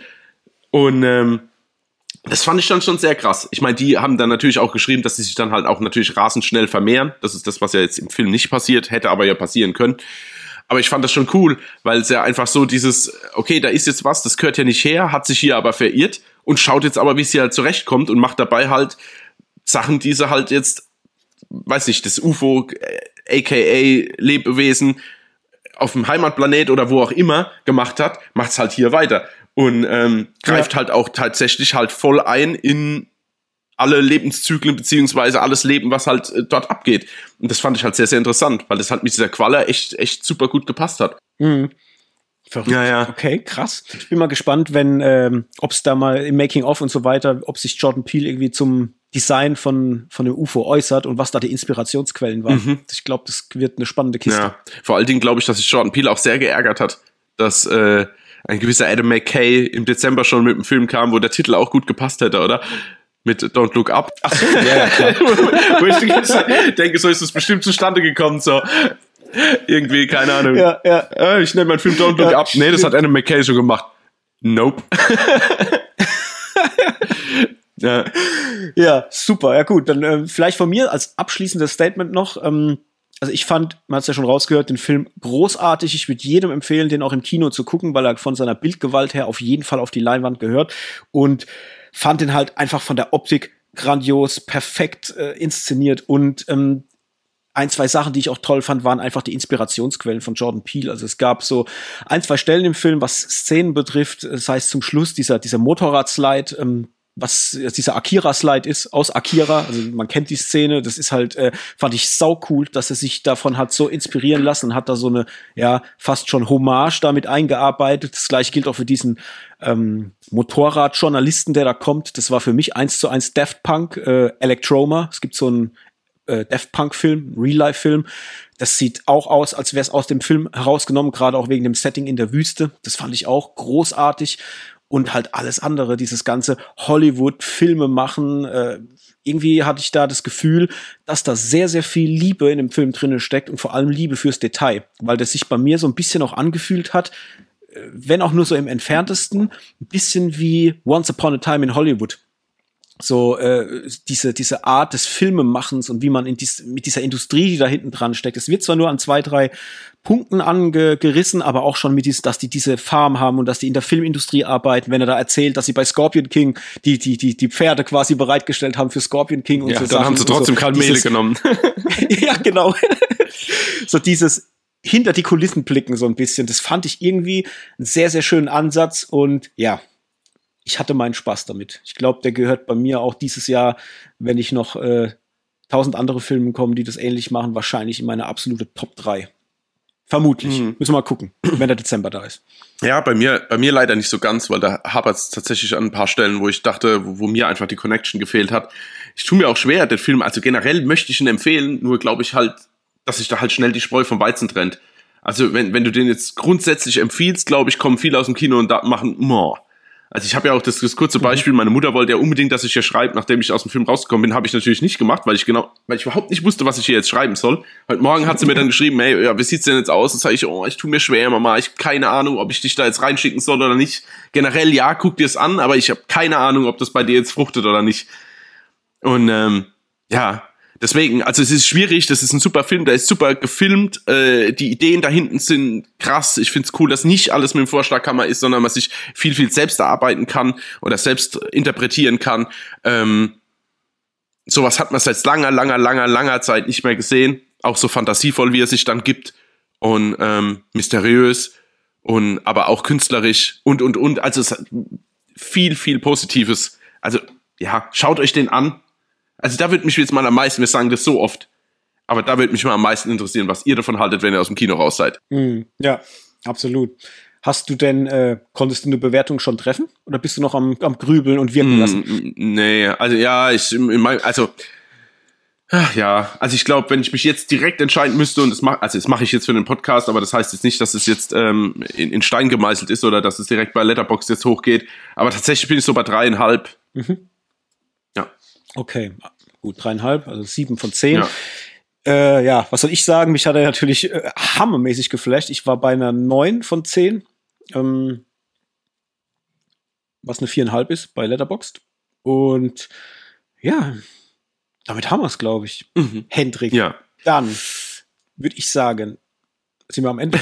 Und das fand ich dann schon sehr krass. Ich meine, die haben dann natürlich auch geschrieben, dass sie sich dann halt auch natürlich rasend schnell vermehren. Das ist das, was ja jetzt im Film nicht passiert, hätte aber ja passieren können. Aber ich fand das schon cool, weil es ja einfach so dieses, okay, da ist jetzt was, das gehört ja nicht her, hat sich hier aber verirrt und schaut jetzt aber, wie es hier halt zurechtkommt und macht dabei halt Sachen, die sie halt jetzt, weiß nicht, das UFO, aka Lebewesen auf dem Heimatplanet oder wo auch immer gemacht hat, macht's halt hier weiter und greift halt auch tatsächlich halt voll ein in alle Lebenszyklen beziehungsweise alles Leben, was halt dort abgeht. Und das fand ich halt sehr, sehr interessant, weil das halt mit dieser Qualle echt super gut gepasst hat. Mhm. Verrückt. Ja. Okay, krass. Ich bin mal gespannt, wenn, ob es da mal im Making-of und so weiter, ob sich Jordan Peele irgendwie zum Design von dem UFO äußert und was da die Inspirationsquellen waren. Mhm. Ich glaube, das wird eine spannende Kiste. Ja. Vor allen Dingen glaube ich, dass sich Jordan Peele auch sehr geärgert hat, dass ein gewisser Adam McKay im Dezember schon mit einem Film kam, wo der Titel auch gut gepasst hätte, oder? Mit Don't Look Up. Ach so, ja, klar. Wo ich denke, so ist es bestimmt zustande gekommen, so. Irgendwie, keine Ahnung. Ja. Ich nenne meinen Film Don't Look Up. Nee, das hat Adam McKay schon gemacht. Nope. Ja, super. Ja gut, dann vielleicht von mir als abschließendes Statement noch. Also ich fand, man hat es ja schon rausgehört, den Film großartig. Ich würde jedem empfehlen, den auch im Kino zu gucken, weil er von seiner Bildgewalt her auf jeden Fall auf die Leinwand gehört. Und fand den halt einfach von der Optik grandios, perfekt inszeniert. Und ein, zwei Sachen, die ich auch toll fand, waren einfach die Inspirationsquellen von Jordan Peele. Also es gab so ein, zwei Stellen im Film, was Szenen betrifft. Das heißt zum Schluss dieser Motorradslide, was dieser Akira-Slide ist, aus Akira, also man kennt die Szene, das ist halt, fand ich sau cool, dass er sich davon hat so inspirieren lassen und hat da so eine, ja, fast schon Hommage damit eingearbeitet. Das gleiche gilt auch für diesen Motorradjournalisten, der da kommt. Das war für mich 1:1 Daft Punk, Electroma. Es gibt so einen Daft Punk-Film, Real-Life-Film. Das sieht auch aus, als wäre es aus dem Film herausgenommen, gerade auch wegen dem Setting in der Wüste. Das fand ich auch großartig. Und halt alles andere, dieses ganze Hollywood-Filme machen. Irgendwie hatte ich da das Gefühl, dass da sehr, sehr viel Liebe in dem Film drinne steckt und vor allem Liebe fürs Detail. Weil das sich bei mir so ein bisschen auch angefühlt hat, wenn auch nur so im Entferntesten, ein bisschen wie Once Upon a Time in Hollywood. So diese Art des Filmemachens und wie man mit dieser Industrie, die da hinten dran steckt. Es wird zwar nur an 2, 3 Punkten angerissen, aber auch schon dass die diese Farm haben und dass die in der Filmindustrie arbeiten. Wenn er da erzählt, dass sie bei Scorpion King die Pferde quasi bereitgestellt haben für Scorpion King und ja, so dann Sachen. Haben sie trotzdem so, Kamele genommen. Ja, genau. So dieses hinter die Kulissen blicken so ein bisschen. Das fand ich irgendwie einen sehr, sehr schönen Ansatz und ja, ich hatte meinen Spaß damit. Ich glaube, der gehört bei mir auch dieses Jahr, wenn ich noch 1000 andere Filme kommen, die das ähnlich machen, wahrscheinlich in meine absolute Top 3. Vermutlich. Müssen wir mal gucken, wenn der Dezember da ist. Ja, bei mir leider nicht so ganz, weil da hapert es tatsächlich an ein paar Stellen, wo ich dachte, wo mir einfach die Connection gefehlt hat. Ich tue mir auch schwer, den Film, also generell möchte ich ihn empfehlen, nur glaube ich halt, dass sich da halt schnell die Spreu vom Weizen trennt. Also wenn du den jetzt grundsätzlich empfiehlst, glaube ich, kommen viele aus dem Kino und da machen, Also ich habe ja auch das kurze Beispiel, meine Mutter wollte ja unbedingt, dass ich hier schreibe, nachdem ich aus dem Film rausgekommen bin, habe ich natürlich nicht gemacht, weil ich überhaupt nicht wusste, was ich hier jetzt schreiben soll. Heute Morgen hat sie mir dann geschrieben, hey, ja, wie sieht's denn jetzt aus? Und sage ich, ich tue mir schwer, Mama, ich habe keine Ahnung, ob ich dich da jetzt reinschicken soll oder nicht. Generell, ja, guck dir es an, aber ich habe keine Ahnung, ob das bei dir jetzt fruchtet oder nicht. Und ja, Deswegen, also es ist schwierig, das ist ein super Film, der ist super gefilmt, die Ideen da hinten sind krass, ich find's cool, dass nicht alles mit dem Vorschlaghammer ist, sondern man sich viel, viel selbst erarbeiten kann oder selbst interpretieren kann. Sowas hat man seit langer Zeit nicht mehr gesehen, auch so fantasievoll, wie er sich dann gibt und mysteriös und aber auch künstlerisch und, also es hat viel, viel Positives. Also ja, schaut euch den an. Also da würde mich jetzt mal am meisten, wir sagen das so oft, aber da würde mich mal am meisten interessieren, was ihr davon haltet, wenn ihr aus dem Kino raus seid. Ja, absolut. Hast du denn, konntest du eine Bewertung schon treffen? Oder bist du noch am Grübeln und wirken lassen? Nee, also ja, also ich glaube, wenn ich mich jetzt direkt entscheiden müsste, und das mache ich jetzt für den Podcast, aber das heißt jetzt nicht, dass es jetzt in Stein gemeißelt ist oder dass es direkt bei Letterboxd jetzt hochgeht, aber tatsächlich bin ich so bei 3,5. Ja. Okay, gut, 3,5, also 7 von 10. Ja. Was soll ich sagen? Mich hat er natürlich hammermäßig geflasht. Ich war bei einer 9 von 10, was eine 4,5 ist bei Letterboxd. Und ja, damit haben wir es, glaube ich. Hendrik. Ja. Dann würde ich sagen, sind wir am Ende?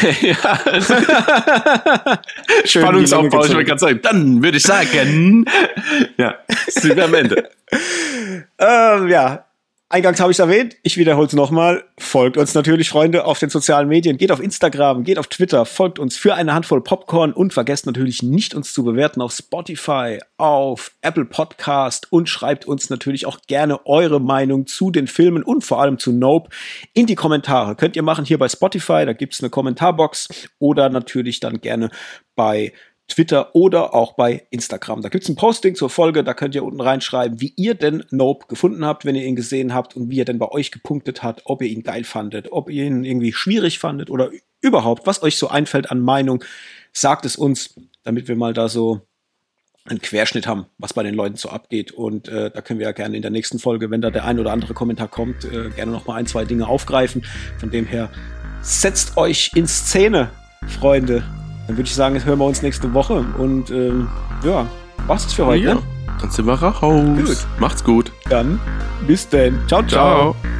Spannungsaufbau, ich wollte gerade sagen. Dann würde ich sagen, ja, sind wir am Ende. Ja, eingangs habe ich es erwähnt, ich wiederhole es nochmal. Folgt uns natürlich, Freunde, auf den sozialen Medien. Geht auf Instagram, geht auf Twitter, folgt uns für eine Handvoll Popcorn und vergesst natürlich nicht, uns zu bewerten auf Spotify, auf Apple Podcast und schreibt uns natürlich auch gerne eure Meinung zu den Filmen und vor allem zu Nope in die Kommentare. Könnt ihr machen hier bei Spotify, da gibt's eine Kommentarbox oder natürlich dann gerne bei Twitter oder auch bei Instagram. Da gibt's ein Posting zur Folge, da könnt ihr unten reinschreiben, wie ihr denn Nope gefunden habt, wenn ihr ihn gesehen habt und wie er denn bei euch gepunktet hat, ob ihr ihn geil fandet, ob ihr ihn irgendwie schwierig fandet oder überhaupt, was euch so einfällt an Meinung, sagt es uns, damit wir mal da so einen Querschnitt haben, was bei den Leuten so abgeht. Und da können wir ja gerne in der nächsten Folge, wenn da der ein oder andere Kommentar kommt, gerne noch mal 1, 2 Dinge aufgreifen. Von dem her, setzt euch in Szene, Freunde. Dann würde ich sagen, jetzt hören wir uns nächste Woche. Und ja, war's das für heute. Ja, ne? Dann sind wir raus. Gut. Macht's gut. Dann bis denn. Ciao, ciao. Ciao.